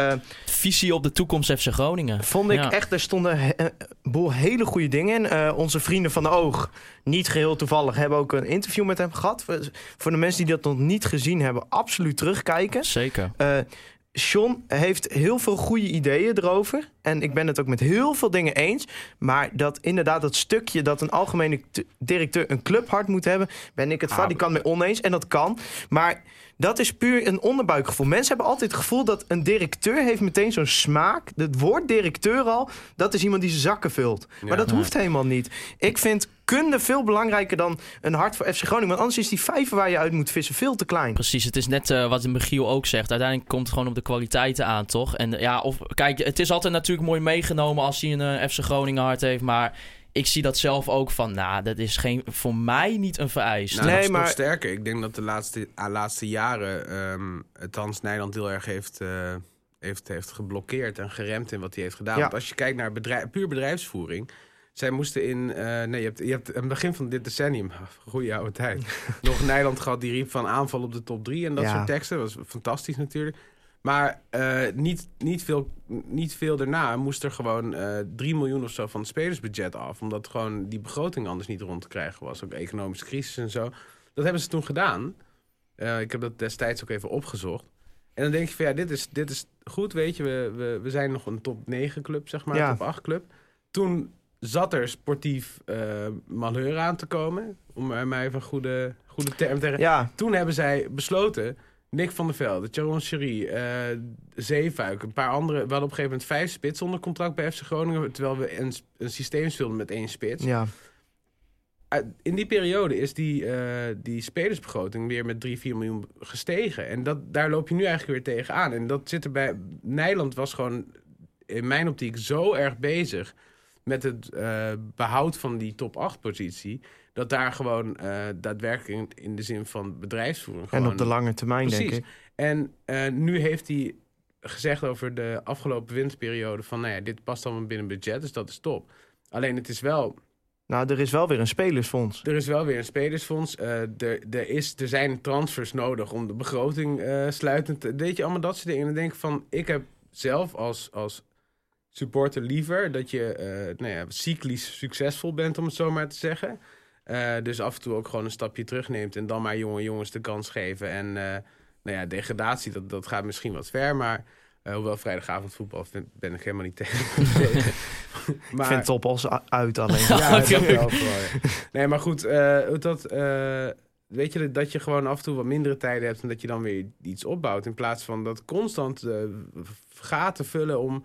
Speaker 4: Visie op de toekomst FC Groningen.
Speaker 5: Vond ik echt, er stonden een boel hele goede dingen in. Onze vrienden van de Oog, niet geheel toevallig... hebben ook een interview met hem gehad. Voor de mensen die dat nog niet gezien hebben... absoluut terugkijken.
Speaker 4: Zeker.
Speaker 5: John heeft heel veel goede ideeën erover. En ik ben het ook met heel veel dingen eens. Maar dat inderdaad dat stukje dat een algemene directeur een clubhart moet hebben... ben ik het valikant mee oneens. En dat kan. Maar dat is puur een onderbuikgevoel. Mensen hebben altijd het gevoel dat een directeur heeft meteen zo'n smaak. Het woord directeur al, dat is iemand die zijn zakken vult. Maar dat hoeft helemaal niet. Ik vind kunde veel belangrijker dan een hart voor FC Groningen. Want anders is die vijver waar je uit moet vissen veel te klein.
Speaker 4: Precies, het is net wat Michiel ook zegt. Uiteindelijk komt het gewoon op de kwaliteiten aan, toch? En kijk, het is altijd natuurlijk mooi meegenomen als hij een FC Groningen hart heeft, maar... Ik zie dat zelf ook van, dat is voor mij niet een vereist.
Speaker 6: Nou, nog sterker. Ik denk dat de laatste jaren het Hans Nijland heel erg heeft geblokkeerd en geremd in wat hij heeft gedaan. Ja. Want als je kijkt naar puur bedrijfsvoering... Zij moesten in... je hebt aan het begin van dit decennium... goeie oude tijd... nog Nijland gehad die riep van aanval op de top 3 en dat soort teksten. Dat was fantastisch natuurlijk. Maar niet veel daarna moest er gewoon 3 miljoen of zo van het spelersbudget af. Omdat gewoon die begroting anders niet rond te krijgen was. Ook economische crisis en zo. Dat hebben ze toen gedaan. Ik heb dat destijds ook even opgezocht. En dan denk je van dit is goed, weet je. We zijn nog een top 9 club, zeg maar. Top 8 club. Toen zat er sportief malheur aan te komen. Om maar even een goede term te zeggen. Ja. Toen hebben zij besloten... Nick van der Velde, Charon Cherie, Zeefuik, een paar andere... We hadden op een gegeven moment 5 spits onder contract bij FC Groningen... terwijl we een systeem speelden met 1 spits. Ja. In die periode is die spelersbegroting weer met 3-4 miljoen gestegen. En daar loop je nu eigenlijk weer tegenaan. En dat zit erbij... Nijland was gewoon in mijn optiek zo erg bezig... met het behoud van die top 8 positie... dat daar gewoon daadwerkelijk in de zin van bedrijfsvoering...
Speaker 5: En op de lange termijn,
Speaker 6: precies.
Speaker 5: denk ik.
Speaker 6: En nu heeft hij gezegd over de afgelopen winterperiode... van dit past allemaal binnen budget, dus dat is top. Alleen het is wel...
Speaker 5: Nou, er is wel weer een spelersfonds.
Speaker 6: Er zijn transfers nodig om de begroting sluitend... Weet je, allemaal dat soort dingen. En dan denk ik van... Ik heb zelf als supporter liever dat je cyclisch succesvol bent, om het zo maar te zeggen... Dus af en toe ook gewoon een stapje terugneemt... en dan maar jonge jongens de kans geven. En degradatie, dat gaat misschien wat ver... maar hoewel vrijdagavond voetbal ben ik helemaal niet tegen.
Speaker 5: Maar, ik vind het top als uit alleen.
Speaker 6: Ja, dat wel vooral, ja. Nee, maar goed, weet je, dat je gewoon af en toe wat mindere tijden hebt... en dat je dan weer iets opbouwt... in plaats van dat constant gaten vullen om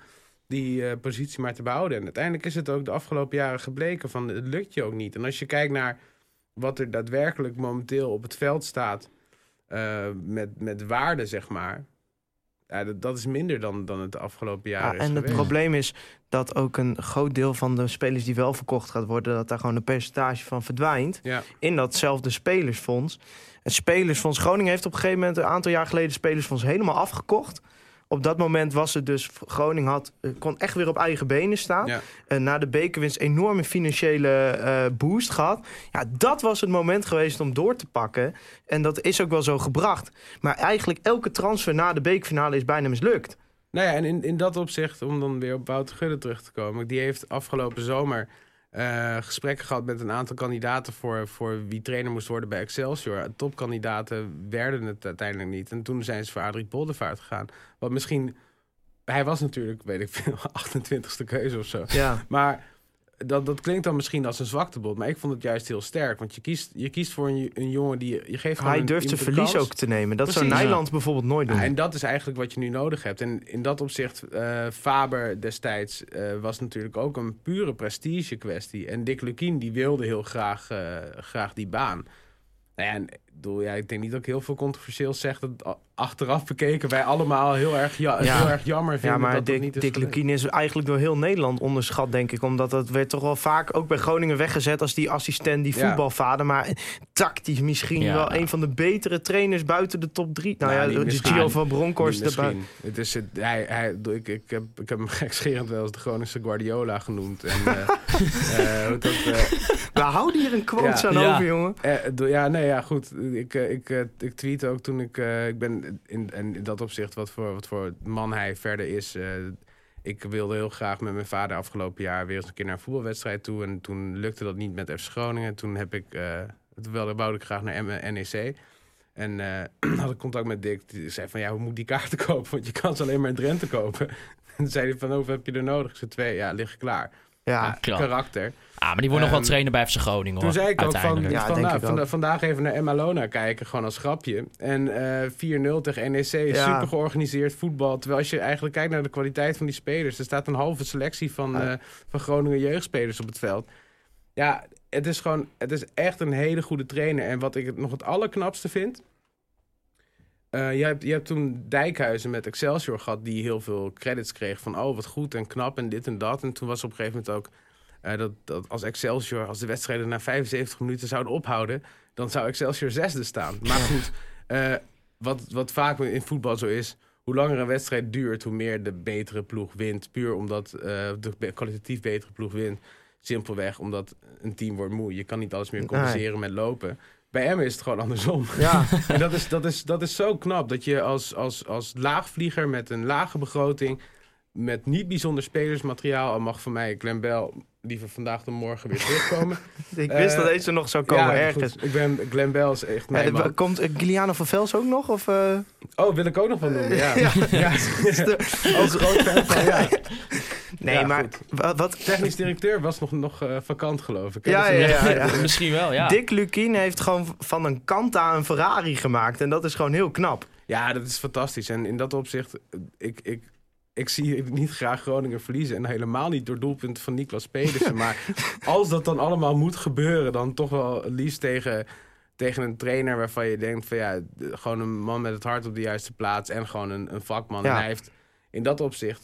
Speaker 6: die positie maar te behouden. En uiteindelijk is het ook de afgelopen jaren gebleken van het lukt je ook niet. En als je kijkt naar wat er daadwerkelijk momenteel op het veld staat met waarde, zeg maar. Ja, dat is minder dan het de afgelopen jaren is
Speaker 5: en
Speaker 6: geweest.
Speaker 5: het probleem is dat ook een groot deel van de spelers die wel verkocht gaat worden, dat daar gewoon een percentage van verdwijnt.
Speaker 6: Ja.
Speaker 5: In datzelfde spelersfonds. Het spelersfonds Groningen heeft op een gegeven moment een aantal jaar geleden het spelersfonds helemaal afgekocht. Op dat moment was het dus, Groningen kon echt weer op eigen benen staan.
Speaker 6: Ja.
Speaker 5: Na de bekerwinst enorme financiële boost gehad. Ja, dat was het moment geweest om door te pakken. En dat is ook wel zo gebracht. Maar eigenlijk elke transfer na de bekerfinale is bijna mislukt.
Speaker 6: Nou ja, en in dat opzicht, om dan weer op Wouter Gudde terug te komen. Die heeft afgelopen zomer gesprekken gehad met een aantal kandidaten voor wie trainer moest worden bij Excelsior. Topkandidaten werden het uiteindelijk niet. En toen zijn ze voor Adrie Poldervaart gegaan. Wat misschien, hij was natuurlijk, weet ik veel, 28e keuze of zo.
Speaker 5: Ja.
Speaker 6: Maar dat klinkt dan misschien als een zwaktebod. Maar ik vond het juist heel sterk. Want je kiest voor een jongen die je geeft gewoon
Speaker 5: Hij durft zijn verlies ook te nemen. Dat zou
Speaker 6: Precies.
Speaker 5: Nijland bijvoorbeeld nooit doen.
Speaker 6: Ja, en dat is eigenlijk wat je nu nodig hebt. En in dat opzicht, Faber destijds was natuurlijk ook een pure prestige kwestie. En Dick Lukien die wilde heel graag die baan. Nou ja, ik denk niet dat ik heel veel controversieels zeg. Dat achteraf bekeken wij allemaal heel erg jammer vinden.
Speaker 5: Ja, maar
Speaker 6: dat dat niet is
Speaker 5: Dick
Speaker 6: gelukt.
Speaker 5: Lukien is eigenlijk door heel Nederland onderschat, denk ik. Omdat dat werd toch wel vaak ook bij Groningen weggezet als die assistent, die voetbalvader. Maar tactisch misschien wel een van de betere trainers buiten de top 3. Nou Gio van Bronckhorst erbij.
Speaker 6: Het is ik heb hem gekscherend wel eens de Groningse Guardiola genoemd. En,
Speaker 5: We houden hier een quote aan over, jongen.
Speaker 6: Goed. Ik tweet ook toen ik ben in dat opzicht wat voor man hij verder is. Ik wilde heel graag met mijn vader afgelopen jaar weer eens een keer naar een voetbalwedstrijd toe. En toen lukte dat niet met FC Groningen. Toen wou ik graag naar NEC. En had ik contact met Dick. Die zei van, hoe moet ik die kaarten kopen? Want je kan ze alleen maar in Drenthe kopen. En toen zei hij van, hoeveel heb je er nodig? Ik zei 2, liggen klaar.
Speaker 5: Ja,
Speaker 6: karakter.
Speaker 4: Maar die wordt nog wel trainer bij FC Groningen, hoor.
Speaker 6: Toen zei ik ook vandaag even naar Emma kijken, gewoon als grapje. En 4-0 tegen NEC, super georganiseerd voetbal. Terwijl als je eigenlijk kijkt naar de kwaliteit van die spelers, er staat een halve selectie van Groningen jeugdspelers op het veld. Ja, het is echt een hele goede trainer. En wat ik nog het allerknapste vind, je hebt toen Dijkhuizen met Excelsior gehad, die heel veel credits kreeg van wat goed en knap en dit en dat. En toen was op een gegeven moment ook dat als Excelsior, als de wedstrijden na 75 minuten zouden ophouden, dan zou Excelsior 6e staan. Maar goed, wat vaak in voetbal zo is, hoe langer een wedstrijd duurt, hoe meer de betere ploeg wint. Puur omdat de kwalitatief betere ploeg wint. Simpelweg omdat een team wordt moe. Je kan niet alles meer compenseren met lopen. Bij Emmen is het gewoon andersom. Ja. En dat is zo knap dat je als laagvlieger met een lage begroting, met niet bijzonder spelersmateriaal, al mag van mij Glenn Bell liever vandaag dan morgen weer terugkomen.
Speaker 5: Ik wist dat deze nog zou komen ergens.
Speaker 6: Goed. Glenn Bell is echt mijn man.
Speaker 5: Komt Giuliano van Vels ook nog? Of,
Speaker 6: wil ik ook nog van doen. Ja. Als groot fan van,
Speaker 5: Nee, maar
Speaker 6: wat technisch directeur was nog vakant, geloof ik.
Speaker 5: Ja.
Speaker 4: Misschien wel, ja.
Speaker 5: Dick Lukien heeft gewoon van een Kanta een Ferrari gemaakt. En dat is gewoon heel knap.
Speaker 6: Ja, dat is fantastisch. En in dat opzicht, ik zie niet graag Groningen verliezen. En helemaal niet door doelpunten van Niklas Pedersen. Maar als dat dan allemaal moet gebeuren, dan toch wel liefst tegen een trainer waarvan je denkt van gewoon een man met het hart op de juiste plaats. En gewoon een vakman. Ja. En hij heeft in dat opzicht,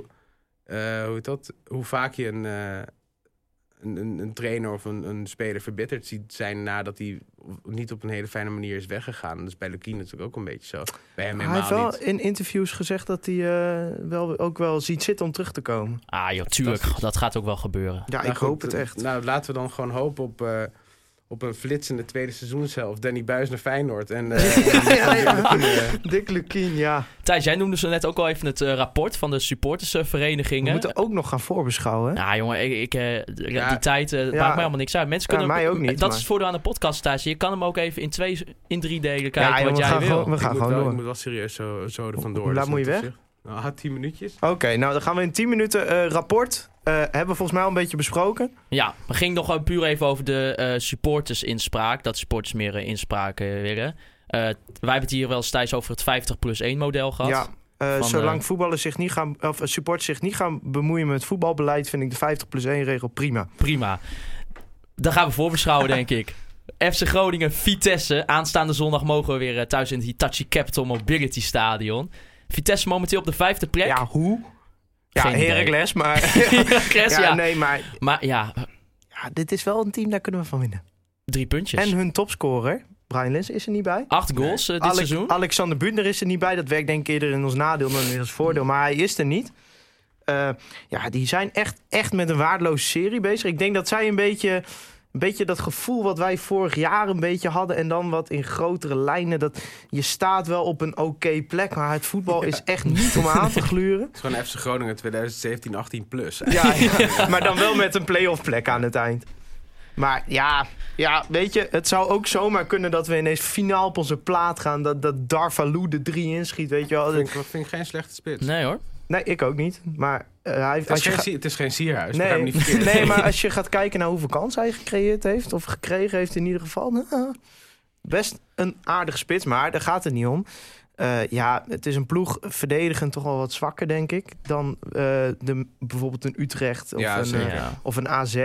Speaker 6: hoe vaak je een trainer of een speler verbitterd ziet zijn nadat hij niet op een hele fijne manier is weggegaan. Dat is bij Lukien natuurlijk ook een beetje zo. Bij hem
Speaker 5: hij heeft wel in interviews gezegd dat hij ook wel ziet zitten om terug te komen.
Speaker 4: Tuurlijk. Dat gaat ook wel gebeuren.
Speaker 5: Ja, ik hoop het echt.
Speaker 6: Nou, laten we dan gewoon hopen op een flitsende tweede seizoenshelft. Danny Buis naar Feyenoord. En,
Speaker 5: Dick Lukien, ja.
Speaker 4: Thijs, jij noemde zo net ook al even het rapport van de supportersverenigingen.
Speaker 5: We moeten ook nog gaan voorbeschouwen.
Speaker 4: Ja, jongen, die tijd maakt mij helemaal niks uit. Mensen kunnen
Speaker 5: mij ook niet.
Speaker 4: Dat is het voordeel aan de podcast, Thijs. Je kan hem ook even in 3 delen kijken wat jij wil.
Speaker 5: We gaan gewoon door.
Speaker 6: Ik moet wel serieus zo er vandoor.
Speaker 5: Hoe laat moet je weg?
Speaker 6: 10 minuutjes.
Speaker 5: Oké, nou dan gaan we in 10 minuten rapport. Hebben we volgens mij al een beetje besproken.
Speaker 4: Ja, we gingen nog puur even over de supportersinspraak. Dat supporters meer inspraak willen. Wij hebben het hier wel eens, Thijs, over het 50+1 model gehad.
Speaker 5: Zolang supporters zich niet gaan bemoeien met voetbalbeleid, vind ik de 50+1 regel prima.
Speaker 4: Prima. Dan gaan we voorbeschouwen, denk ik. FC Groningen, Vitesse. Aanstaande zondag mogen we weer thuis in het Hitachi Capital Mobility Stadion. Vitesse momenteel op de 5e plek.
Speaker 5: Ja, hoe? Ja,
Speaker 4: Geen idee.
Speaker 5: Heracles, maar...
Speaker 4: Heracles, ja.
Speaker 5: Nee, maar...
Speaker 4: Maar ja,
Speaker 5: Ja, dit is wel een team, daar kunnen we van winnen.
Speaker 4: 3 puntjes.
Speaker 5: En hun topscorer, Brian Lens, is er niet bij.
Speaker 4: 8 goals dit seizoen.
Speaker 5: Alexander Büttner is er niet bij. Dat werkt denk ik eerder in ons nadeel dan in ons voordeel. Maar hij is er niet. Die zijn echt met een waardeloze serie bezig. Ik denk dat zij een beetje dat gevoel wat wij vorig jaar een beetje hadden... en dan wat in grotere lijnen. Dat je staat wel op een oké plek, maar het voetbal is echt niet om aan te gluren.
Speaker 6: Het is gewoon FC Groningen 2017-18 plus.
Speaker 5: Ja, maar dan wel met een play-off plek aan het eind. Maar ja, weet je, het zou ook zomaar kunnen dat we ineens finaal op onze plaat gaan. Dat Darvalu de 3 inschiet, weet je wel.
Speaker 6: Dat vind ik geen slechte spits.
Speaker 4: Nee hoor.
Speaker 5: Nee, ik ook niet. Maar
Speaker 6: het is geen Sierhuis. Nee, niet verkeerd.
Speaker 5: Nee, maar als je gaat kijken naar hoeveel kansen hij gecreëerd heeft... of gekregen heeft in ieder geval... best een aardige spits, maar daar gaat het niet om. Het is een ploeg verdedigend toch wel wat zwakker, denk ik... dan bijvoorbeeld een Utrecht of een AZ.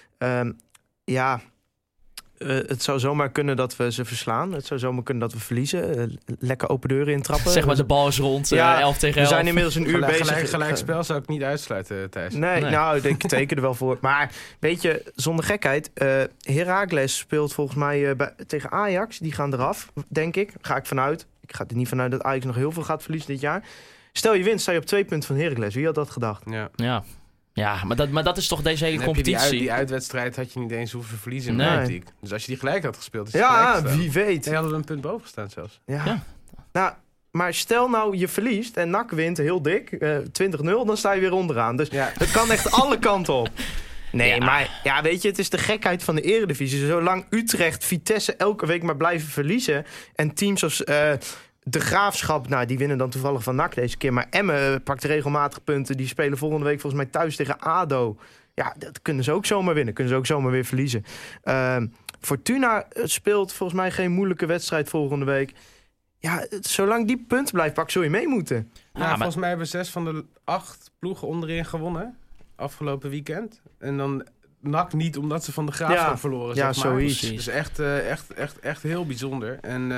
Speaker 5: Het zou zomaar kunnen dat we ze verslaan. Het zou zomaar kunnen dat we verliezen. Lekker open deuren intrappen.
Speaker 4: Zeg maar, de bal is rond. 11 tegen 11.
Speaker 5: We zijn inmiddels een uur bezig.
Speaker 6: Gelijk spel zou ik niet uitsluiten, Thijs.
Speaker 5: Nee, nou, ik teken er wel voor. Maar weet je, zonder gekheid. Heracles speelt volgens mij tegen Ajax. Die gaan eraf, denk ik. Ga ik vanuit. Ik ga er niet vanuit dat Ajax nog heel veel gaat verliezen dit jaar. Stel je wint, sta je op 2 punten van Heracles. Wie had dat gedacht?
Speaker 4: Ja, maar dat is toch deze hele competitie.
Speaker 6: Die uitwedstrijd had je niet eens hoeven verliezen in de politiek. Dus als je die gelijk had gespeeld... Is
Speaker 5: wie weet.
Speaker 6: En hadden we een punt boven gestaan zelfs.
Speaker 5: Ja. Nou, maar stel nou je verliest en NAC wint heel dik, 20-0, dan sta je weer onderaan. Dus het kan echt alle kanten op. Nee, maar weet je, het is de gekheid van de eredivisie. Zolang Utrecht, Vitesse elke week maar blijven verliezen... en teams als... De Graafschap, die winnen dan toevallig van NAC deze keer. Maar Emmen pakt regelmatig punten. Die spelen volgende week volgens mij thuis tegen ADO. Ja, dat kunnen ze ook zomaar winnen. Kunnen ze ook zomaar weer verliezen. Fortuna speelt volgens mij geen moeilijke wedstrijd volgende week. Ja, zolang die punten blijft pakken, zul je mee moeten.
Speaker 6: Volgens mij hebben 6 van de 8 ploegen onderin gewonnen. Afgelopen weekend. En dan NAC niet, omdat ze van de Graafschap verloren.
Speaker 5: Ja, zoiets.
Speaker 6: Dus echt heel bijzonder. En...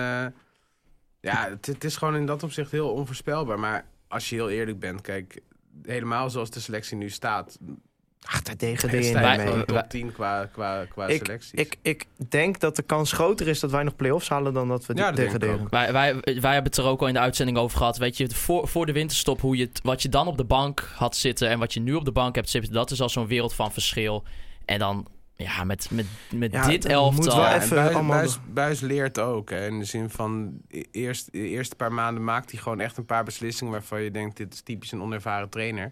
Speaker 6: het is gewoon in dat opzicht heel onvoorspelbaar. Maar als je heel eerlijk bent, kijk, helemaal zoals de selectie nu staat...
Speaker 5: daar degradeer je
Speaker 6: niet mee. Top 10 qua selecties.
Speaker 5: Ik denk dat de kans groter is dat wij nog play-offs halen dan dat we degraderen.
Speaker 4: Wij hebben het er ook al in de uitzending over gehad. Weet je, voor de winterstop, wat je dan op de bank had zitten... en wat je nu op de bank hebt zitten, dat is al zo'n wereld van verschil. En dan... Ja, met dit elftal...
Speaker 6: Buis leert ook. Hè, in de zin van... de eerste paar maanden maakt hij gewoon echt een paar beslissingen... waarvan je denkt, dit is typisch een onervaren trainer.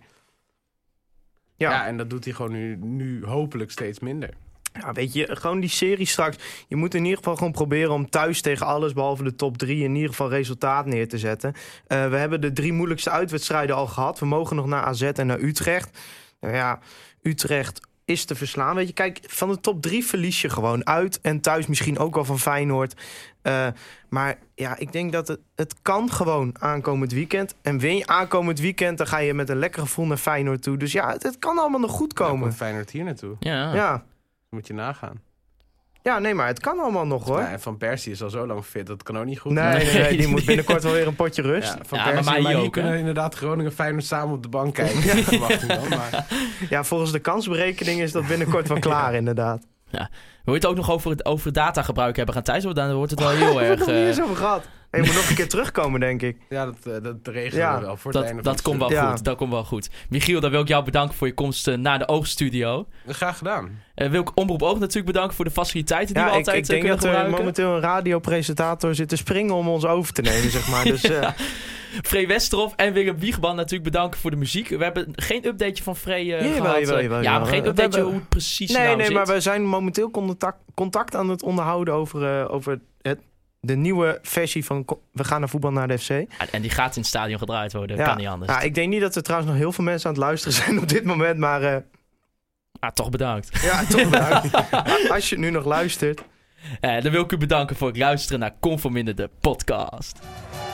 Speaker 6: Ja, en dat doet hij gewoon nu hopelijk steeds minder.
Speaker 5: Ja, weet je, gewoon die serie straks... Je moet in ieder geval gewoon proberen om thuis tegen alles... behalve de top 3 in ieder geval resultaat neer te zetten. We hebben de 3 moeilijkste uitwedstrijden al gehad. We mogen nog naar AZ en naar Utrecht. Nou ja, Utrecht... is te verslaan. Weet je, kijk, van de top 3 verlies je gewoon uit. En thuis misschien ook wel van Feyenoord. Maar ja, ik denk dat het kan gewoon aankomend weekend. En win je aankomend weekend, dan ga je met een lekker gevoel naar Feyenoord toe. Dus ja, het kan allemaal nog goed komen.
Speaker 6: Komt Feyenoord hier naartoe.
Speaker 4: Ja.
Speaker 6: Moet je nagaan.
Speaker 5: Ja, nee, maar het kan allemaal nog, hoor.
Speaker 6: En Van Persie is al zo lang fit, dat kan ook niet goed.
Speaker 5: Nee, die moet binnenkort wel weer een potje rust.
Speaker 6: Ja, Van Persie, maar hier kunnen inderdaad Groningen Feyenoord samen op de bank kijken.
Speaker 5: Ja, volgens de kansberekening is dat binnenkort wel klaar, inderdaad.
Speaker 4: Ja. Wil je het ook nog over datagebruik hebben gaan, Thijs? Dan wordt het wel heel erg...
Speaker 5: Ik heb het nog niet eens over gehad. En je moet nog een keer terugkomen, denk ik.
Speaker 6: Ja, dat regelen we wel. Voor het einde
Speaker 4: dat komt wel goed. Dat komt wel goed. Michiel, dan wil ik jou bedanken voor je komst naar de Oogstudio.
Speaker 6: Graag gedaan.
Speaker 4: Wil ik Omroep Oog natuurlijk bedanken voor de faciliteiten die we altijd kunnen gebruiken.
Speaker 5: Ik denk dat er momenteel een radiopresentator zit te springen om ons over te nemen, zeg maar. Dus,
Speaker 4: Free Westerhof en Willem Wiegman natuurlijk bedanken voor de muziek. We hebben geen updateje van Free gehad.
Speaker 5: Jawel.
Speaker 4: Ja, maar geen updateje hoe het precies zit.
Speaker 5: Nee, maar we zijn momenteel contact aan het onderhouden over de nieuwe versie van We gaan naar voetbal naar de FC.
Speaker 4: En die gaat in het stadion gedraaid worden. Kan niet anders.
Speaker 5: Ik denk niet dat er trouwens nog heel veel mensen aan het luisteren zijn op dit moment, maar...
Speaker 4: toch bedankt.
Speaker 5: Ja, toch bedankt. Als je nu nog luistert.
Speaker 4: Dan wil ik u bedanken voor het luisteren naar Conforminder, de podcast.